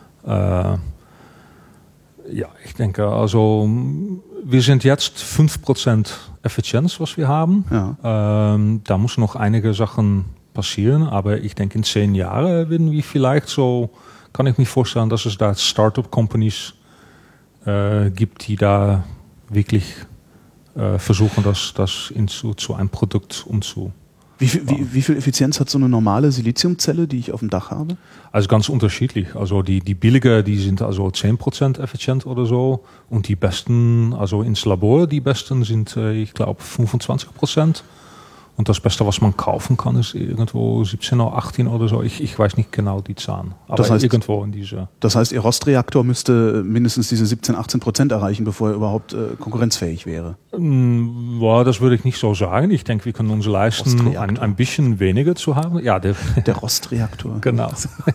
Ich denke, also wir sind jetzt 5% Effizienz, was wir haben. Ja. Da muss noch einige Sachen passieren, aber ich denke in 10 Jahren werden wir vielleicht so, kann ich mir vorstellen, dass es da Startup-Companies gibt, die da wirklich versuchen, das zu einem Produkt umzubauen. Wie viel Effizienz hat so eine normale Siliziumzelle, die ich auf dem Dach habe? Also ganz unterschiedlich. Also die billiger, die sind also 10% effizient oder so. Und die besten, also ins Labor, die besten sind, ich glaube, 25%. Und das Beste, was man kaufen kann, ist irgendwo 17 oder 18 oder so. Ich weiß nicht genau die Zahlen. Aber das heißt, irgendwo in diese. Das heißt, Ihr Rostreaktor müsste mindestens diese 17-18% erreichen, bevor er überhaupt konkurrenzfähig wäre. Ja, das würde ich nicht so sagen. Ich denke, wir können uns leisten, ein bisschen weniger zu haben. Ja, der Rostreaktor. Genau.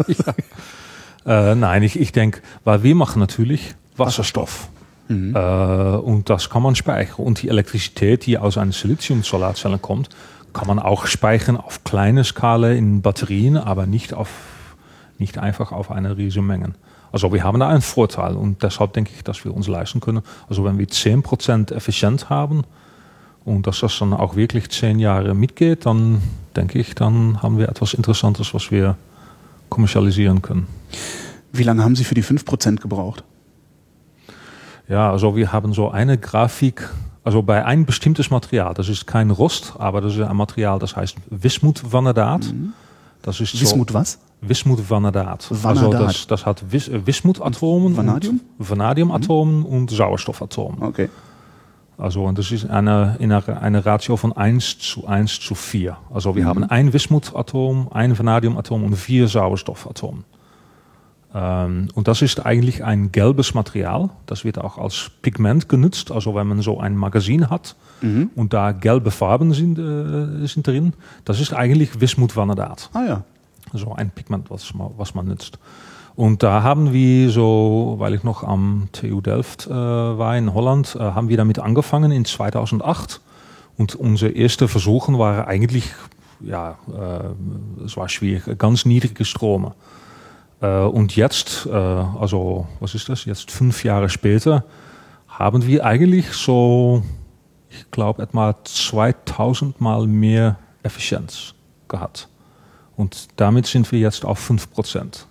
Ja. Nein, ich denke, weil wir machen natürlich Wasserstoff. Und das kann man speichern. Und die Elektrizität, die aus einer Silizium-Solarzelle kommt, kann man auch speichern auf kleine Skala in Batterien, aber nicht einfach auf eine riesige Menge. Also wir haben da einen Vorteil und deshalb denke ich, dass wir uns leisten können. Also wenn wir 10% effizient haben und dass das dann auch wirklich 10 Jahre mitgeht, dann denke ich, dann haben wir etwas Interessantes, was wir kommerzialisieren können. Wie lange haben Sie für die 5% gebraucht? Ja, also wir haben so eine Grafik, also bei ein bestimmtes Material, das ist kein Rost, aber das ist ein Material, das heißt Wismut-Vanadaat. Das ist Wismut was? Wismut-Vanadaat. Also das hat Wismut-Atomen, Vanadium-Atomen und Sauerstoffatomen. Okay. Also und das ist eine Ratio von 1:1:4. Also wir haben ein Wismut-Atom, ein Vanadium-Atom und 4 Sauerstoffatomen. Und das ist eigentlich ein gelbes Material. Das wird auch als Pigment genutzt. Also wenn man so ein Magazin hat und da gelbe Farben sind drin, das ist eigentlich Wismut-Vanadaat. Ah ja. So ein Pigment, was man nutzt. Und da haben wir so, weil ich noch am TU Delft war in Holland, haben wir damit angefangen in 2008. Und unsere ersten Versuche waren eigentlich, es war schwierig, ganz niedrige Strome. Und jetzt, also was ist das, jetzt 5 Jahre später, haben wir eigentlich so, ich glaube, etwa 2000 Mal mehr Effizienz gehabt. Und damit sind wir jetzt auf 5%.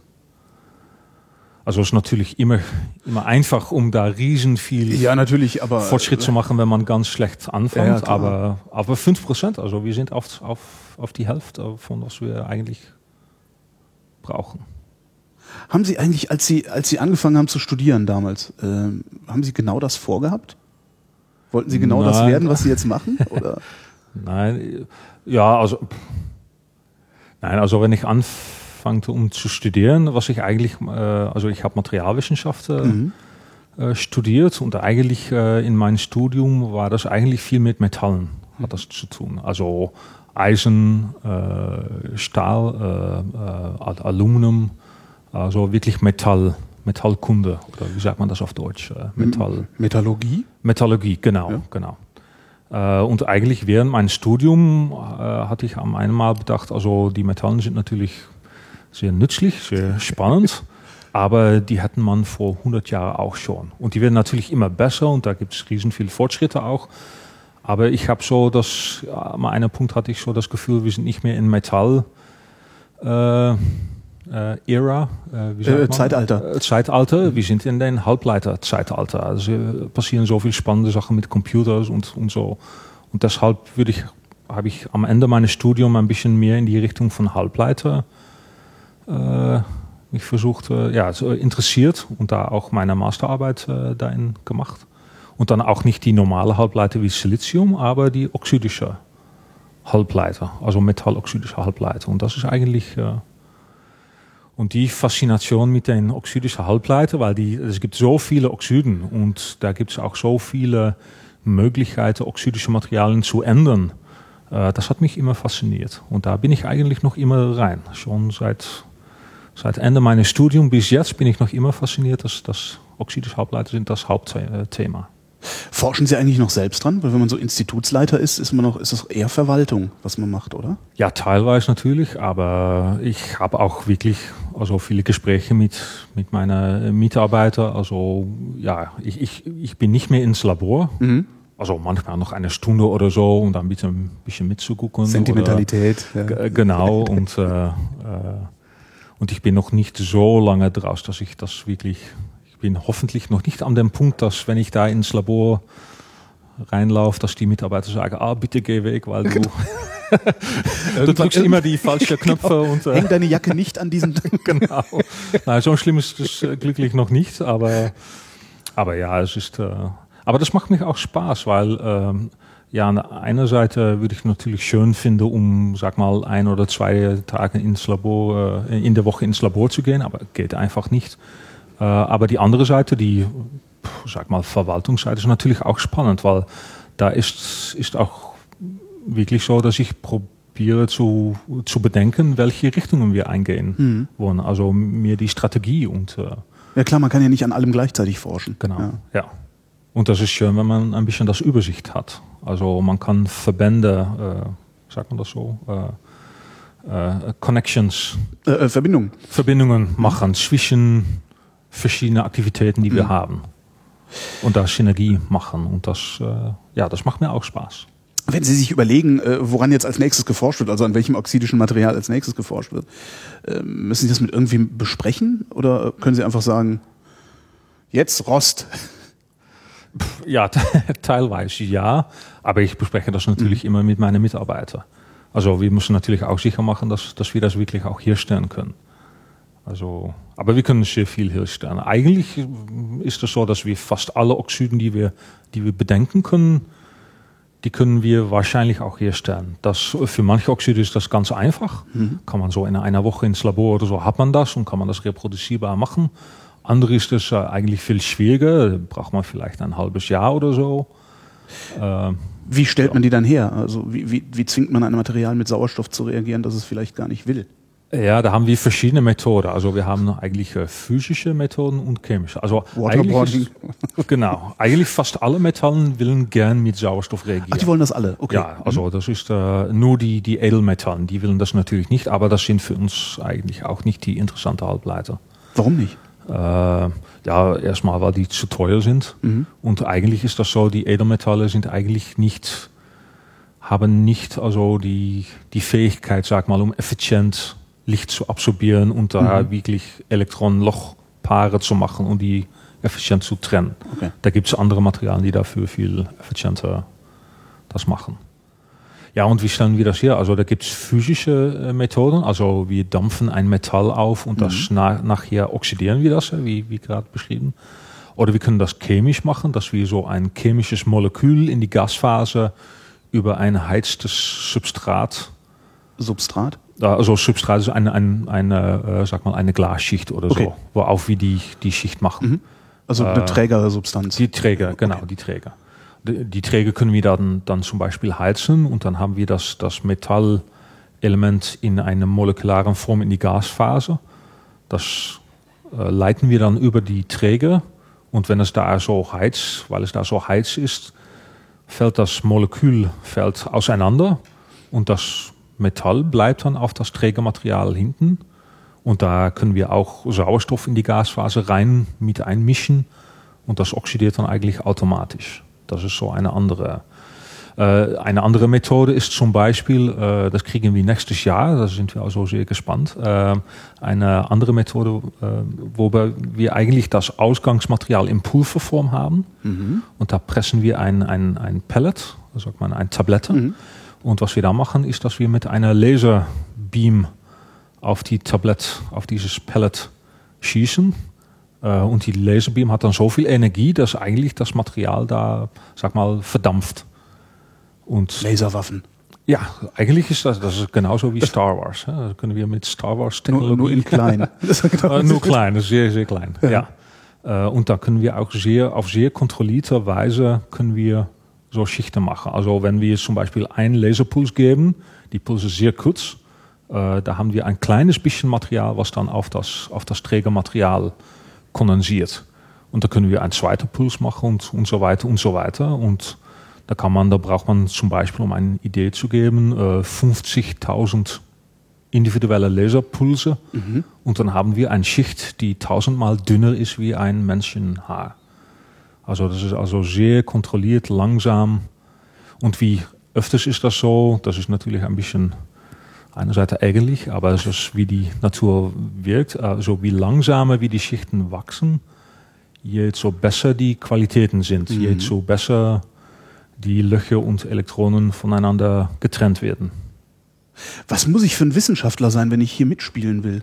Also es ist natürlich immer einfach, um da riesen viel Fortschritt zu machen, wenn man ganz schlecht anfängt. Ja, aber 5%, also wir sind auf die Hälfte von was wir eigentlich brauchen. Haben Sie eigentlich, als Sie angefangen haben zu studieren damals, haben Sie genau das vorgehabt? Wollten Sie genau das werden, was Sie jetzt machen? Oder? Nein, also wenn ich anfangte, um zu studieren, was ich eigentlich, also ich habe Materialwissenschaften studiert und eigentlich in meinem Studium war das eigentlich viel mit Metallen, hat das zu tun. Also Eisen, Stahl, Aluminium, also wirklich Metallkunde, oder wie sagt man das auf Deutsch? Metallurgie? Metallurgie, genau. Und eigentlich während meinem Studium hatte ich am einen Mal bedacht, also die Metallen sind natürlich sehr nützlich, sehr spannend, aber die hätten man vor 100 Jahren auch schon. Und die werden natürlich immer besser und da gibt es riesen viele Fortschritte auch. Aber ich habe so an einem Punkt hatte ich so das Gefühl, wir sind nicht mehr in Metall Zeitalter. Wir sind in den Halbleiter-Zeitalter. Also passieren so viele spannende Sachen mit Computers und so. Und deshalb habe ich am Ende meines Studiums ein bisschen mehr in die Richtung von Halbleiter mich versucht, interessiert und da auch meine Masterarbeit darin gemacht. Und dann auch nicht die normale Halbleiter wie Silizium, aber die oxidische Halbleiter, also metalloxidische Halbleiter. Und das ist eigentlich und die Faszination mit den oxidischen Halbleitern, weil es gibt so viele Oxiden und da gibt es auch so viele Möglichkeiten, oxidische Materialien zu ändern. Das hat mich immer fasziniert und da bin ich eigentlich noch immer rein. Schon seit Ende meines Studiums bis jetzt bin ich noch immer fasziniert, dass oxidische Halbleiter sind das Hauptthema. Forschen Sie eigentlich noch selbst dran? Weil wenn man so Institutsleiter ist das eher Verwaltung, was man macht, oder? Ja, teilweise natürlich, aber ich habe auch wirklich viele Gespräche mit meinen Mitarbeitern. Also ja, ich bin nicht mehr ins Labor. Also manchmal noch eine Stunde oder so, um da ein bisschen mitzugucken. Sentimentalität. Genau, und ich bin noch nicht so lange draus, dass ich das wirklich... Ich bin hoffentlich noch nicht an dem Punkt, dass wenn ich da ins Labor reinlaufe, dass die Mitarbeiter sagen, bitte geh weg, weil du drückst immer die falschen Knöpfe. Und häng deine Jacke nicht an diesen... Genau. Nein, so schlimm ist es glücklich noch nicht, aber ja, es ist... aber das macht mich auch Spaß, weil Ja, an einer Seite würde ich natürlich schön finden, um, sag mal, 1 oder 2 Tage ins Labor, in der Woche ins Labor zu gehen, aber geht einfach nicht. Aber die andere Seite, die, sag mal, Verwaltungsseite, ist natürlich auch spannend, weil da ist auch wirklich so, dass ich probiere zu bedenken, welche Richtungen wir eingehen wollen. Also mir die Strategie und ja klar, man kann ja nicht an allem gleichzeitig forschen. Genau, ja. Und das ist schön, wenn man ein bisschen das Übersicht hat. Also man kann Verbände, sagt man das so, Connections, Verbindungen machen zwischen verschiedenen Aktivitäten, die wir haben. Und da Synergie machen. Und das macht mir auch Spaß. Wenn Sie sich überlegen, woran jetzt als nächstes geforscht wird, also an welchem oxidischen Material als nächstes geforscht wird, müssen Sie das mit irgendwem besprechen? Oder können Sie einfach sagen, jetzt Rost? Ja, teilweise ja, aber ich bespreche das natürlich immer mit meinen Mitarbeitern. Also wir müssen natürlich auch sicher machen, dass wir das wirklich auch herstellen können. Also, aber wir können sehr viel herstellen. Eigentlich ist es so, dass wir fast alle Oxiden, die wir bedenken können, die können wir wahrscheinlich auch herstellen. Für manche Oxide ist das ganz einfach. Kann man so in einer Woche ins Labor oder so hat man das und kann man das reproduzierbar machen. Andere ist es eigentlich viel schwieriger, da braucht man vielleicht ein halbes Jahr oder so. Wie stellt man die dann her? Also wie zwingt man ein Material mit Sauerstoff zu reagieren, dass es vielleicht gar nicht will? Ja, da haben wir verschiedene Methoden. Also wir haben eigentlich physische Methoden und chemische. Also Waterboarding. Genau. Eigentlich fast alle Metallen wollen gern mit Sauerstoff reagieren. Ach, die wollen das alle? Okay. Ja, also das ist nur die Edelmetallen, die wollen das natürlich nicht, aber das sind für uns eigentlich auch nicht die interessanten Halbleiter. Warum nicht? Ja, erstmal, weil die zu teuer sind. Und eigentlich ist das so, die Edelmetalle sind eigentlich haben nicht also die Fähigkeit, sag mal, um effizient Licht zu absorbieren und da wirklich Elektronenlochpaare zu machen und die effizient zu trennen. Okay. Da gibt es andere Materialien, die dafür viel effizienter das machen. Ja, und wie stellen wir das her? Also da gibt es physische Methoden, also wir dampfen ein Metall auf und das nachher oxidieren wir das, wie gerade beschrieben. Oder wir können das chemisch machen, dass wir so ein chemisches Molekül in die Gasphase über ein heiztes Substrat. Also Substrat ist eine Glasschicht oder so, worauf wir die Schicht machen. Also eine trägere Substanz. Die Träger, genau, die Träger. Die Träger können wir dann zum Beispiel heizen und dann haben wir das Metallelement in einer molekularen Form in die Gasphase. Das leiten wir dann über die Träger und wenn es da so heiß, weil es da so heiß ist, fällt das Molekül auseinander und das Metall bleibt dann auf das Trägermaterial hinten und da können wir auch Sauerstoff in die Gasphase rein mit einmischen und das oxidiert dann eigentlich automatisch. Das ist so eine andere. Eine andere Methode ist zum Beispiel, das kriegen wir nächstes Jahr, da sind wir also sehr gespannt, eine andere Methode, wobei wir eigentlich das Ausgangsmaterial in Pulverform haben und da pressen wir ein Pellet, also sagt man ein Tablette und was wir da machen, ist, dass wir mit einer Laserbeam auf dieses Pellet schießen. Und die Laserbeam hat dann so viel Energie, dass eigentlich das Material da, sag mal, verdampft. Und Laserwaffen. Ja, eigentlich ist das ist genauso wie Star Wars. Da können wir mit Star Wars Technologie... Nur in klein. Nur klein, sehr, sehr klein. Ja. Und da können wir auch auf sehr kontrollierte Weise können wir so Schichten machen. Also wenn wir zum Beispiel einen Laserpuls geben, die Puls ist sehr kurz, da haben wir ein kleines bisschen Material, was dann auf das Trägermaterial kondensiert. Und da können wir einen zweiten Puls machen und so weiter und so weiter. Und da braucht man zum Beispiel, um eine Idee zu geben, 50.000 individuelle Laserpulse. Und dann haben wir eine Schicht, die 1000-mal dünner ist wie ein Menschenhaar. Also das ist also sehr kontrolliert, langsam. Und wie öfters ist das so, das ist natürlich ein bisschen einerseits ärgerlich, aber es ist, wie die Natur wirkt. Also wie langsamer wie die Schichten wachsen, je so besser die Qualitäten sind, je so besser die Löcher und Elektronen voneinander getrennt werden. Was muss ich für ein Wissenschaftler sein, wenn ich hier mitspielen will?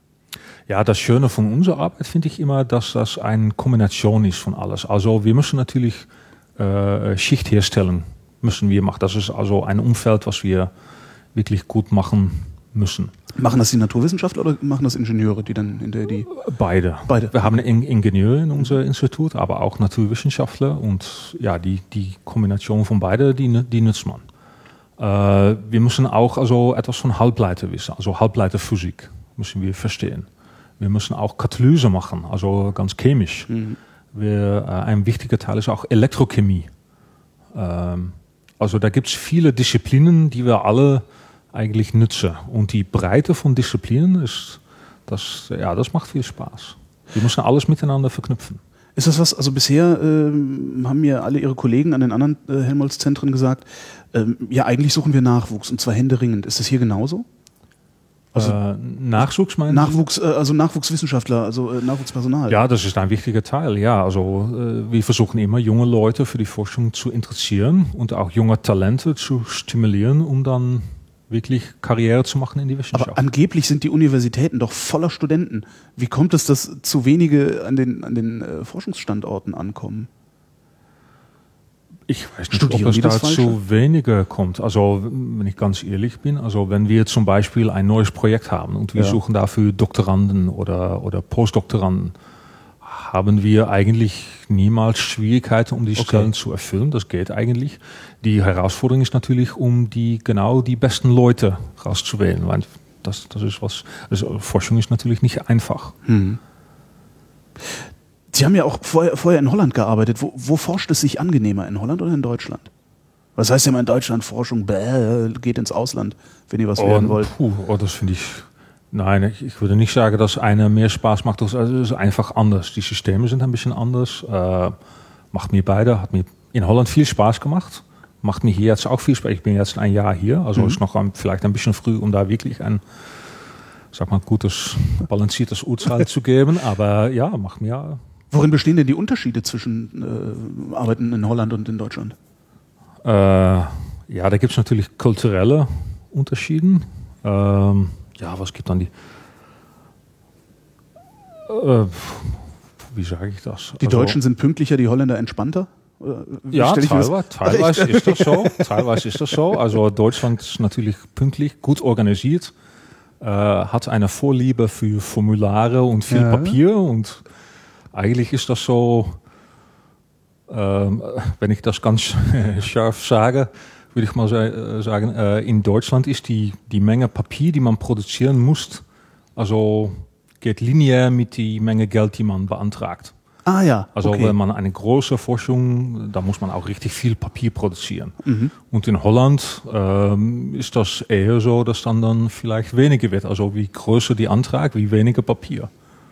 Ja, das Schöne von unserer Arbeit finde ich immer, dass das eine Kombination ist von alles. Also wir müssen natürlich Schichtherstellung müssen wir machen. Das ist also ein Umfeld, was wir wirklich gut machen müssen. Machen das die Naturwissenschaftler oder machen das Ingenieure, die dann hinterher die... Beide. Wir haben Ingenieure in unserem Institut, aber auch Naturwissenschaftler und ja, die Kombination von beiden, die nutzt man. Wir müssen auch also etwas von Halbleiter wissen, also Halbleiterphysik müssen wir verstehen. Wir müssen auch Katalyse machen, also ganz chemisch. Ein wichtiger Teil ist auch Elektrochemie. Also da gibt es viele Disziplinen, die wir alle eigentlich nutzen. Und die Breite von Disziplinen das macht viel Spaß. Wir müssen alles miteinander verknüpfen. Ist das was, also bisher haben mir alle Ihre Kollegen an den anderen Helmholtz-Zentren gesagt, ja, eigentlich suchen wir Nachwuchs und zwar händeringend. Ist das hier genauso? Also Nachwuchs meinen Sie? Also Nachwuchswissenschaftler, also Nachwuchspersonal. Ja, das ist ein wichtiger Teil. Ja, also wir versuchen immer junge Leute für die Forschung zu interessieren und auch junge Talente zu stimulieren, um dann wirklich Karriere zu machen in die Wissenschaft. Aber angeblich sind die Universitäten doch voller Studenten. Wie kommt es, dass zu wenige an den Forschungsstandorten ankommen? Ich weiß nicht, ob es da zu weniger kommt. Also, wenn ich ganz ehrlich bin, also wenn wir zum Beispiel ein neues Projekt haben und wir suchen dafür Doktoranden oder Postdoktoranden, haben wir eigentlich niemals Schwierigkeiten, um die Stellen zu erfüllen. Das geht eigentlich. Die Herausforderung ist natürlich, um die besten Leute rauszuwählen, weil das ist was. Also Forschung ist natürlich nicht einfach. Sie haben ja auch vorher in Holland gearbeitet. Wo forscht es sich angenehmer, in Holland oder in Deutschland? Was heißt ja immer in Deutschland Forschung? Geht ins Ausland, wenn ihr was werden wollt. Das finde ich. Nein, ich würde nicht sagen, dass eine mehr Spaß macht. Also es ist einfach anders. Die Systeme sind ein bisschen anders. Macht mir hat mir in Holland viel Spaß gemacht. Macht mir hier jetzt auch viel Spaß. Ich bin jetzt ein Jahr hier, also ist noch vielleicht ein bisschen früh, um da wirklich ein, gutes, balanciertes Urteil zu geben. Aber ja, macht mir. Worin bestehen denn die Unterschiede zwischen Arbeiten in Holland und in Deutschland? Da gibt es natürlich kulturelle Unterschiede. Was gibt dann die? Wie sage ich das? Die Deutschen sind pünktlicher, die Holländer entspannter? Teilweise ist das so. Teilweise ist das so. Also Deutschland ist natürlich pünktlich, gut organisiert, hat eine Vorliebe für Formulare und viel Papier und eigentlich ist das so, wenn ich das ganz scharf sage, würde ich mal sagen, in Deutschland ist die Menge Papier, die man produzieren muss, also geht linear mit der Menge Geld, die man beantragt. Ah ja. Also wenn man eine große Forschung, da muss man auch richtig viel Papier produzieren. Und in Holland ist das eher so, dass dann vielleicht weniger wird. Also wie größer die Antrag, wie weniger Papier.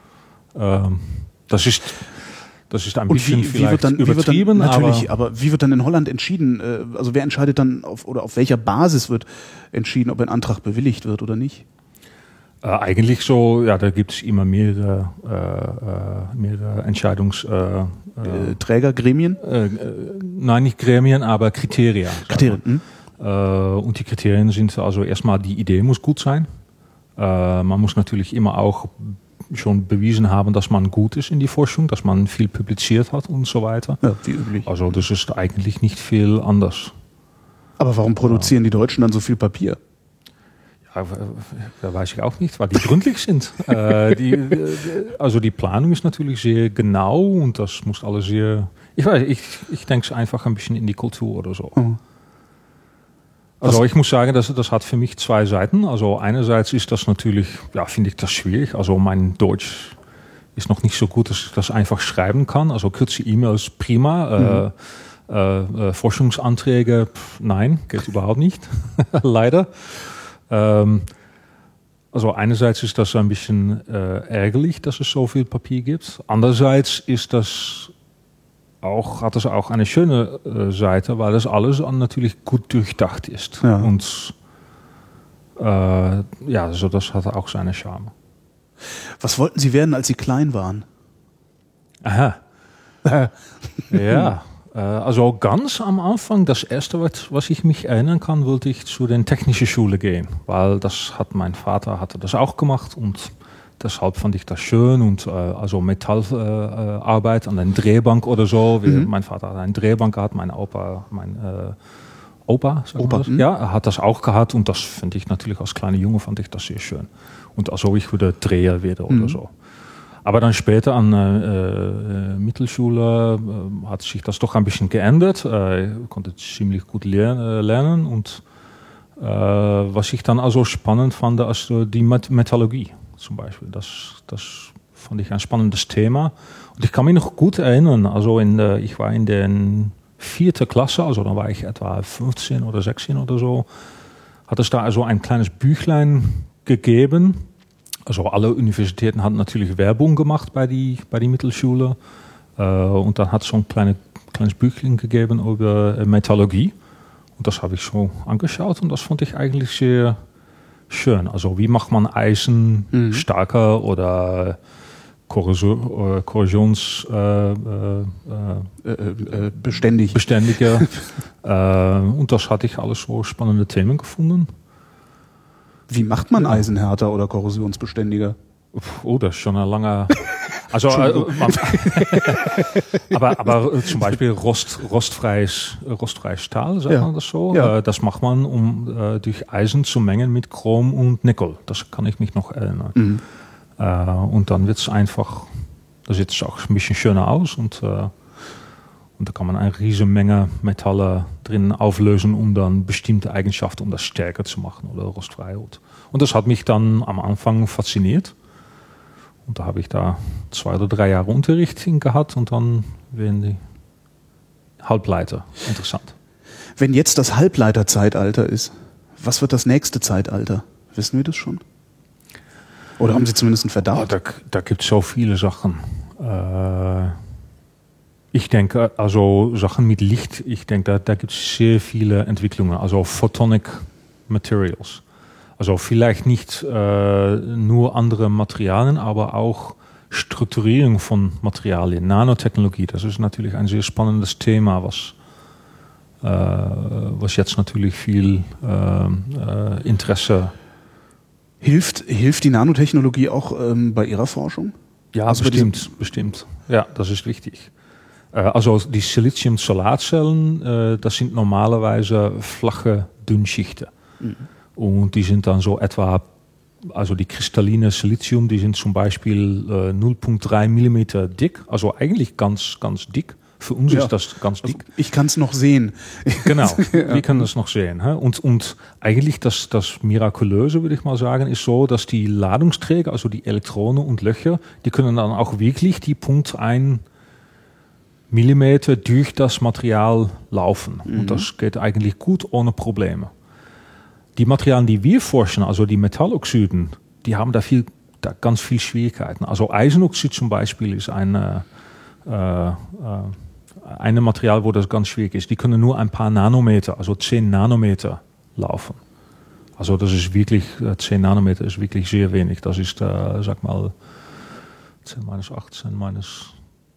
Das ist ein bisschen vielleicht übertrieben. Aber wie wird dann in Holland entschieden? Also wer entscheidet dann auf welcher Basis wird entschieden, ob ein Antrag bewilligt wird oder nicht? Eigentlich so, da gibt es immer mehrere Träger, Gremien? Nein, nicht Gremien, aber Kriterien. Kriterien. Und die Kriterien sind also erstmal, die Idee muss gut sein. Man muss natürlich immer auch schon bewiesen haben, dass man gut ist in die Forschung, dass man viel publiziert hat und so weiter. Ja, wie üblich. Also das ist eigentlich nicht viel anders. Aber warum produzieren die Deutschen dann so viel Papier? Ja, da weiß ich auch nicht, weil die gründlich sind. Also die Planung ist natürlich sehr genau und das muss alles sehr. Ich denke es einfach ein bisschen in die Kultur oder so. Also ich muss sagen, das hat für mich zwei Seiten. Also einerseits ist das natürlich, finde ich das schwierig. Also mein Deutsch ist noch nicht so gut, dass ich das einfach schreiben kann. Also kurze E-Mails prima. Forschungsanträge, nein, geht überhaupt nicht. Leider. Also einerseits ist das ein bisschen ärgerlich, dass es so viel Papier gibt. Andererseits ist hat das auch eine schöne Seite, weil das alles natürlich gut durchdacht ist. Ja. Und also das hat auch seine Charme. Was wollten Sie werden, als Sie klein waren? Aha. Ja. Also ganz am Anfang, das erste, was ich mich erinnern kann, wollte ich zu den technischen Schule gehen, weil mein Vater hatte das auch gemacht und deshalb fand ich das schön und also Metallarbeit an einer Drehbank oder so. Mein Vater hat eine Drehbank gehabt, mein Opa, Opa, ja, er hat das auch gehabt und das finde ich natürlich als kleiner Junge fand ich das sehr schön. Und also ich würde Dreher werden oder so. Aber dann später an Mittelschule hat sich das doch ein bisschen geändert. Ich konnte ziemlich gut lernen und was ich dann also spannend fand, also die Metallurgie zum Beispiel. Das fand ich ein spannendes Thema. Und ich kann mich noch gut erinnern, also ich war in der 4. Klasse, also da war ich etwa 15 oder 16 oder so, hat es da also ein kleines Büchlein gegeben. Also alle Universitäten hatten natürlich Werbung gemacht bei die Mittelschule. Und dann hat es so ein kleines Büchlein gegeben über Metallurgie. Und das habe ich so angeschaut und das fand ich eigentlich sehr schön. Also wie macht man Eisen stärker oder korrosionsbeständiger. Und das hatte ich alles so spannende Themen gefunden. Wie macht man Eisen härter oder korrosionsbeständiger? Oh, das ist schon ein langer... Also, aber zum Beispiel rostfreies Stahl, sagt man das so. Ja. Das macht man, um durch Eisen zu mengen mit Chrom und Nickel. Das kann ich mich noch erinnern. Und dann wird es einfach, da sieht es auch ein bisschen schöner aus und da kann man eine riesige Menge Metalle drin auflösen, um dann bestimmte Eigenschaften, um das stärker zu machen oder rostfrei. Und das hat mich dann am Anfang fasziniert. Und da habe ich da 2 oder 3 Jahre Unterricht gehabt und dann werden die Halbleiter interessant. Wenn jetzt das Halbleiterzeitalter ist, was wird das nächste Zeitalter? Wissen wir das schon? Oder haben Sie zumindest einen Verdacht? Da gibt es so viele Sachen. Ich denke, also Sachen mit Licht, ich denke, da gibt es sehr viele Entwicklungen. Also Photonic Materials. Also vielleicht nicht nur andere Materialien, aber auch Strukturierung von Materialien. Nanotechnologie, das ist natürlich ein sehr spannendes Thema, was jetzt natürlich viel Interesse Hilft die Nanotechnologie auch bei Ihrer Forschung? Ja, also bestimmt. Ja, das ist wichtig. Also die Silizium-Solarzellen, das sind normalerweise flache Dünnschichten. Und die sind dann so etwa, also die kristalline Silizium, die sind zum Beispiel 0,3 Millimeter dick, also eigentlich ganz, ganz dick. Für uns ist das ganz dick. Also ich kann es noch sehen. Genau, wir können es noch sehen. Und eigentlich das Mirakulöse, würde ich mal sagen, ist so, dass die Ladungsträger, also die Elektronen und Löcher, die können dann auch wirklich die 0,1 Millimeter durch das Material laufen. Und das geht eigentlich gut ohne Probleme. Die Materialien, die wir forschen, also die Metalloxiden, die haben da ganz viel Schwierigkeiten. Also Eisenoxid zum Beispiel ist ein Material, wo das ganz schwierig ist. Die können nur ein paar Nanometer, also 10 Nanometer laufen. Also das ist wirklich, 10 Nanometer ist wirklich sehr wenig. Das ist, sag mal, 10 minus 18 minus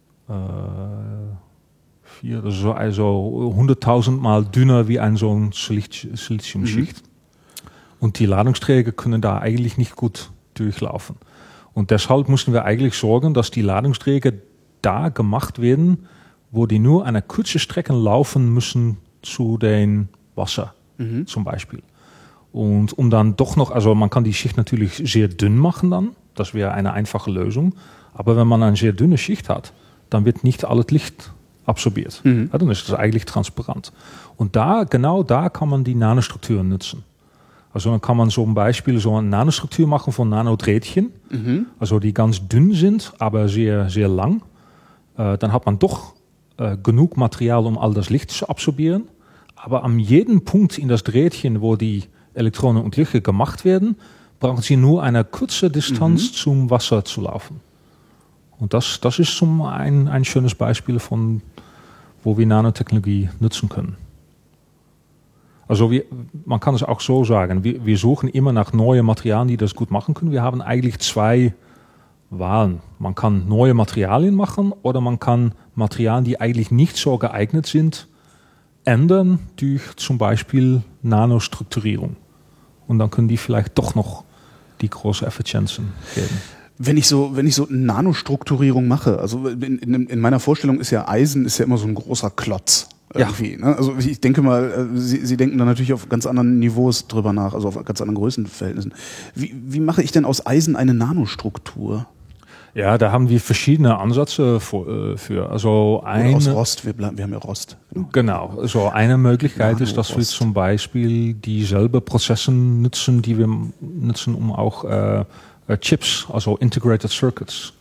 4. Das ist also 100.000 Mal dünner wie so eine Siliziumschicht. Und die Ladungsträger können da eigentlich nicht gut durchlaufen. Und deshalb mussten wir eigentlich sorgen, dass die Ladungsträger da gemacht werden, wo die nur eine kurze Strecke laufen müssen zu den Wasser zum Beispiel. Und um dann doch noch, also man kann die Schicht natürlich sehr dünn machen dann, das wäre eine einfache Lösung, aber wenn man eine sehr dünne Schicht hat, dann wird nicht alles Licht absorbiert. Ja, dann ist das eigentlich transparent. Und genau da kann man die Nanostrukturen nutzen. Also dann kann man zum Beispiel so eine Nanostruktur machen von Nanodrähtchen, also die ganz dünn sind, aber sehr, sehr lang. Dann hat man doch genug Material, um all das Licht zu absorbieren. Aber an jedem Punkt in das Drähtchen, wo die Elektronen und Löcher gemacht werden, brauchen sie nur eine kurze Distanz zum Wasser zu laufen. Und das ist ein schönes Beispiel von, wo wir Nanotechnologie nutzen können. Also man kann es auch so sagen, wir suchen immer nach neuen Materialien, die das gut machen können. Wir haben eigentlich 2 Wahlen. Man kann neue Materialien machen oder man kann Materialien, die eigentlich nicht so geeignet sind, ändern durch zum Beispiel Nanostrukturierung. Und dann können die vielleicht doch noch die große Effizienzen geben. Wenn ich so Nanostrukturierung mache, also in meiner Vorstellung ist ja Eisen immer so ein großer Klotz. irgendwie. Ne? Also ich denke mal, Sie denken da natürlich auf ganz anderen Niveaus drüber nach, also auf ganz anderen Größenverhältnissen. Wie mache ich denn aus Eisen eine Nanostruktur? Ja, da haben wir verschiedene Ansätze für. Also Oder aus Rost, wir haben ja Rost. Genau. Also eine Möglichkeit ist, dass wir zum Beispiel dieselbe Prozesse nutzen, die wir nutzen, um auch Chips, also Integrated Circuits,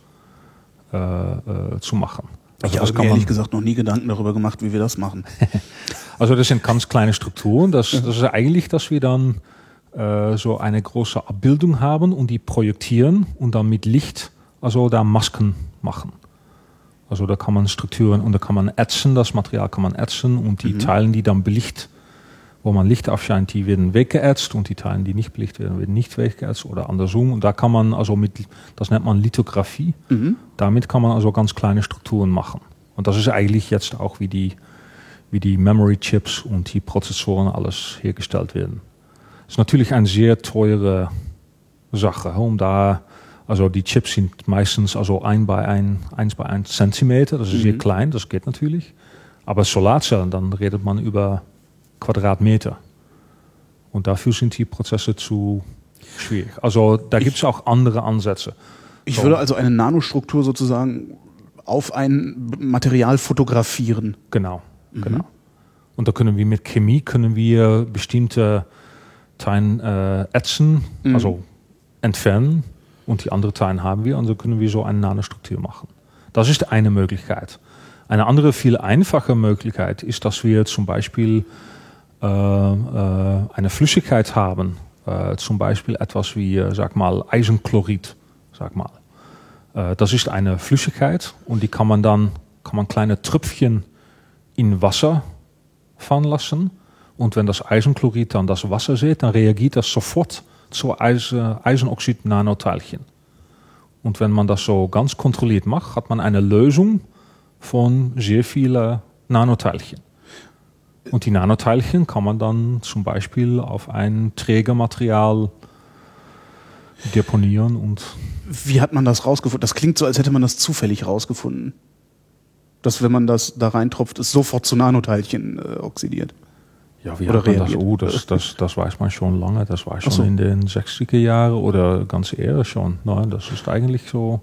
zu machen. Also ich habe mir ehrlich gesagt noch nie Gedanken darüber gemacht, wie wir das machen. Also das sind ganz kleine Strukturen. Das ist eigentlich, dass wir dann so eine große Abbildung haben und die projektieren und dann mit Licht, also da Masken machen. Also da kann man Strukturen und da kann man ätzen, das Material kann man ätzen und die Teilen, die dann belicht, wo man Licht aufscheint, die werden weggeätzt und die Teilen, die nicht belicht werden, werden nicht weggeätzt oder andersrum. Und da kann man also das nennt man Lithografie, damit kann man also ganz kleine Strukturen machen. Und das ist eigentlich jetzt auch wie die Memory Chips und die Prozessoren alles hergestellt werden. Das ist natürlich eine sehr teure Sache, um da, also die Chips sind meistens also 1 bei 1 Zentimeter, das ist sehr klein, das geht natürlich. Aber Solarzellen, dann redet man über Quadratmeter. Und dafür sind die Prozesse zu schwierig. Also da gibt es auch andere Ansätze. Ich würde also eine Nanostruktur sozusagen auf ein Material fotografieren. Genau. Und da können wir mit Chemie bestimmte Teile ätzen, also entfernen. Und die anderen Teile haben wir und so können wir so eine Nanostruktur machen. Das ist eine Möglichkeit. Eine andere, viel einfache Möglichkeit ist, dass wir zum Beispiel eine Flüssigkeit haben, zum Beispiel etwas wie, sag mal, Eisenchlorid, sag mal. Das ist eine Flüssigkeit und die kann man kleine Tröpfchen in Wasser fallen lassen. Und wenn das Eisenchlorid dann das Wasser sieht, dann reagiert das sofort zu Eisenoxid-Nanoteilchen. Und wenn man das so ganz kontrolliert macht, hat man eine Lösung von sehr vielen Nanoteilchen. Und die Nanoteilchen kann man dann zum Beispiel auf ein Trägermaterial deponieren. Und wie hat man das rausgefunden? Das klingt so, als hätte man das zufällig rausgefunden. Dass, wenn man das da reintropft, es sofort zu Nanoteilchen oxidiert. Ja, wie hat man das? Das weiß man schon lange. Das war schon in den 60er Jahren oder ganz eher schon. Nein, das ist eigentlich so.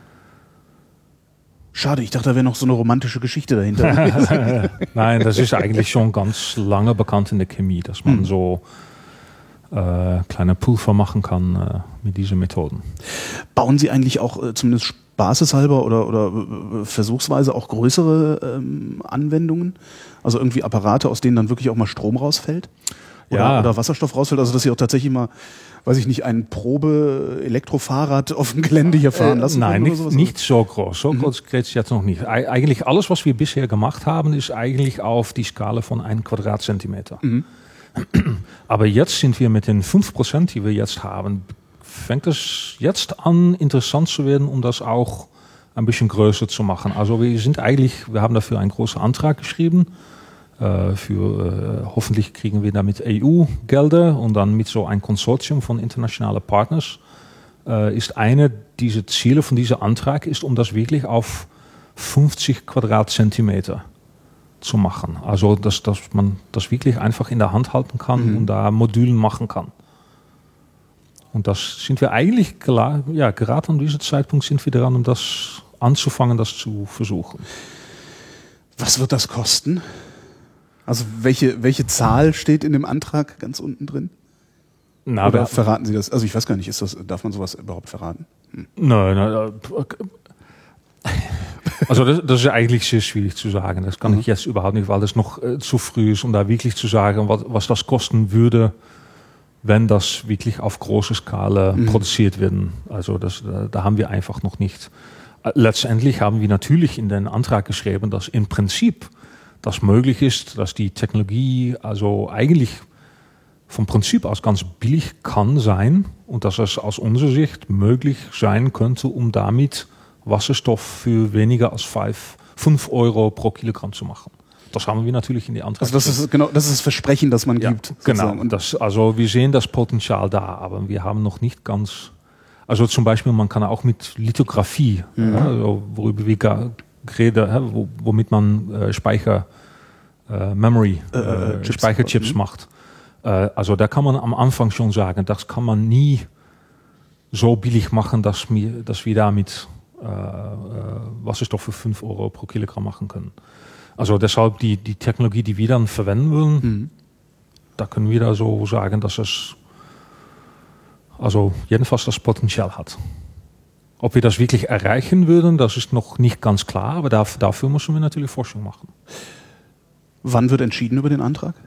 Schade, ich dachte, da wäre noch so eine romantische Geschichte dahinter. Nein, das ist eigentlich schon ganz lange bekannt in der Chemie, dass man so kleine Pulver machen kann mit diesen Methoden. Bauen Sie eigentlich auch zumindest spaßeshalber oder versuchsweise auch größere Anwendungen? Also irgendwie Apparate, aus denen dann wirklich auch mal Strom rausfällt? Oder Wasserstoff rausfällt? Also dass Sie auch tatsächlich mal, weiß ich nicht, ein Probe-Elektrofahrrad auf dem Gelände hier fahren lassen? Nein, nicht so groß. So groß geht es jetzt noch nicht. Eigentlich alles, was wir bisher gemacht haben, ist eigentlich auf die Skala von 1 Quadratzentimeter. Aber jetzt sind wir mit den 5%, die wir jetzt haben, fängt es jetzt an, interessant zu werden, um das auch ein bisschen größer zu machen. Also wir haben dafür einen großen Antrag geschrieben. Hoffentlich kriegen wir damit EU-Gelder und dann mit so ein Konsortium von internationalen Partners ist eine dieser Ziele von diesem Antrag, ist, um das wirklich auf 50 Quadratzentimeter zu machen. Also dass man das wirklich einfach in der Hand halten kann und da Modulen machen kann. Und das sind wir eigentlich, gerade an diesem Zeitpunkt sind wir dran, um das anzufangen, das zu versuchen. Was wird das kosten? Also welche Zahl steht in dem Antrag ganz unten drin? Oder verraten Sie das? Also ich weiß gar nicht, darf man sowas überhaupt verraten? Nein. Also das ist eigentlich sehr schwierig zu sagen. Das kann ich jetzt überhaupt nicht, weil das noch zu früh ist, um da wirklich zu sagen, was das kosten würde, wenn das wirklich auf große Skala produziert werden. Also da haben wir einfach noch nicht. Letztendlich haben wir natürlich in den Antrag geschrieben, dass im Prinzip das möglich ist, dass die Technologie also eigentlich vom Prinzip aus ganz billig kann sein und dass es aus unserer Sicht möglich sein könnte, um damit Wasserstoff für weniger als 5 Euro pro Kilogramm zu machen. Das haben wir natürlich in die Antrag. Also das ist das Versprechen, das man gibt. Genau. Und also wir sehen das Potenzial da, aber wir haben noch nicht ganz. Also zum Beispiel, man kann auch mit Lithografie, also worüber wir reden, womit man Speicher Memory, Chips, Speicherchips macht. Also da kann man am Anfang schon sagen, das kann man nie so billig machen, dass wir damit Wasserstoff für 5 Euro pro Kilogramm machen können. Also deshalb die Technologie, die wir dann verwenden wollen, da können wir da so sagen, dass es also jedenfalls das Potenzial hat. Ob wir das wirklich erreichen würden, das ist noch nicht ganz klar, aber dafür müssen wir natürlich Forschung machen. Wann wird entschieden über den Antrag?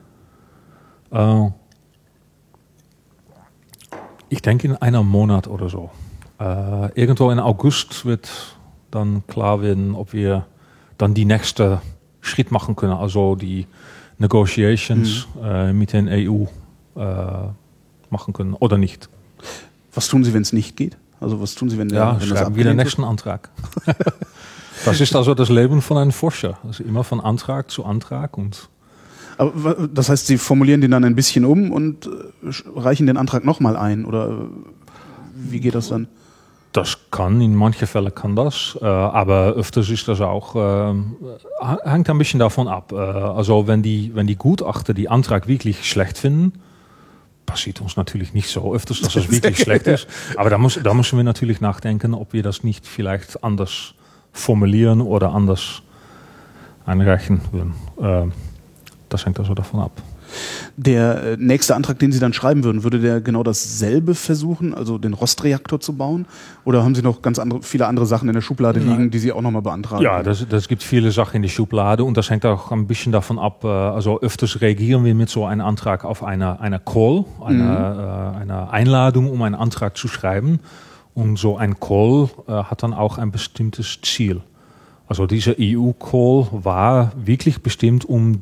Ich denke in einem Monat oder so. Irgendwo in August wird dann klar werden, ob wir dann die nächste Schritt machen können, also die Negotiations mit den EU machen können oder nicht. Was tun Sie, wenn es nicht geht? Also was tun Sie, wenn wenn schreiben wir den nächsten Antrag. Das ist also das Leben von einem Forscher. Also immer von Antrag zu Antrag und aber das heißt, Sie formulieren den dann ein bisschen um und reichen den Antrag nochmal ein? Oder wie geht das dann? Das kann, in manchen Fällen kann das, aber öfters ist das auch, hängt ein bisschen davon ab. Also wenn die Gutachter die Antrag wirklich schlecht finden, passiert uns natürlich nicht so öfters, dass es wirklich schlecht ist. Aber da müssen wir natürlich nachdenken, ob wir das nicht vielleicht anders formulieren oder anders einreichen würden. Das hängt also davon ab. Der nächste Antrag, den Sie dann schreiben würden, würde der genau dasselbe versuchen, also den Rostreaktor zu bauen? Oder haben Sie noch viele andere Sachen in der Schublade liegen, die Sie auch nochmal beantragen? Ja, das gibt viele Sachen in die Schublade und das hängt auch ein bisschen davon ab. Also öfters reagieren wir mit so einem Antrag auf eine Call, eine Einladung, um einen Antrag zu schreiben. Und so ein Call hat dann auch ein bestimmtes Ziel. Also dieser EU-Call war wirklich bestimmt, um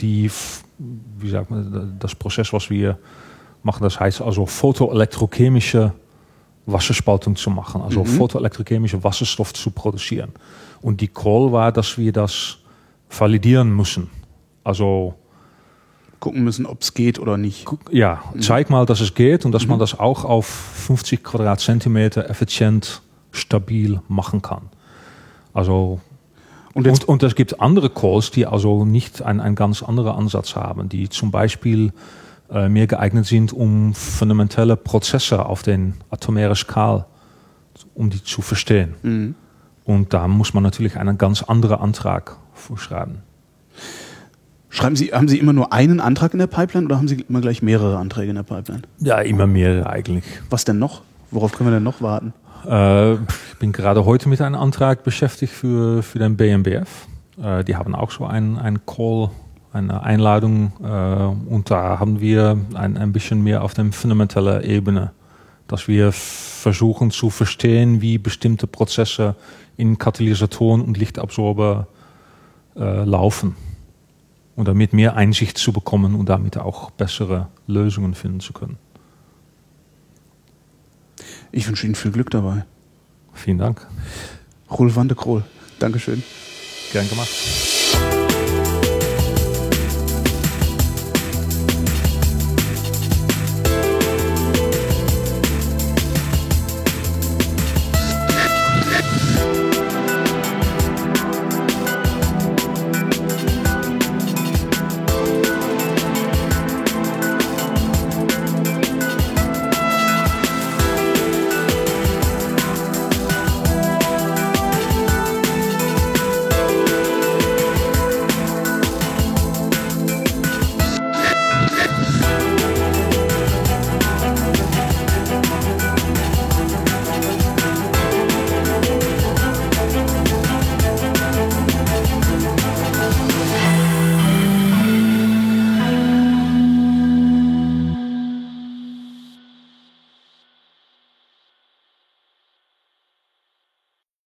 das Prozess, was wir machen, das heißt also photoelektrochemische Wasserspaltung zu machen, also photoelektrochemische Wasserstoff zu produzieren. Und die Call war, dass wir das validieren müssen. Also gucken müssen, ob es geht oder nicht. Ja, zeig mal, dass es geht und dass man das auch auf 50 Quadratzentimeter effizient, stabil machen kann. Also und es gibt andere Calls, die also nicht einen ganz anderen Ansatz haben, die zum Beispiel mehr geeignet sind, um fundamentelle Prozesse auf den atomaren Skala, um die zu verstehen. Und da muss man natürlich einen ganz anderen Antrag vorschreiben. Haben Sie immer nur einen Antrag in der Pipeline oder haben Sie immer gleich mehrere Anträge in der Pipeline? Ja, immer mehrere eigentlich. Was denn noch? Worauf können wir denn noch warten? Ich bin gerade heute mit einem Antrag beschäftigt für den BMBF. Die haben auch so einen Call, eine Einladung und da haben wir ein bisschen mehr auf der fundamentellen Ebene, dass wir versuchen zu verstehen, wie bestimmte Prozesse in Katalysatoren und Lichtabsorber laufen und damit mehr Einsicht zu bekommen und damit auch bessere Lösungen finden zu können. Ich wünsche Ihnen viel Glück dabei. Vielen Dank. Roel van de Krool, Dankeschön. Gern gemacht.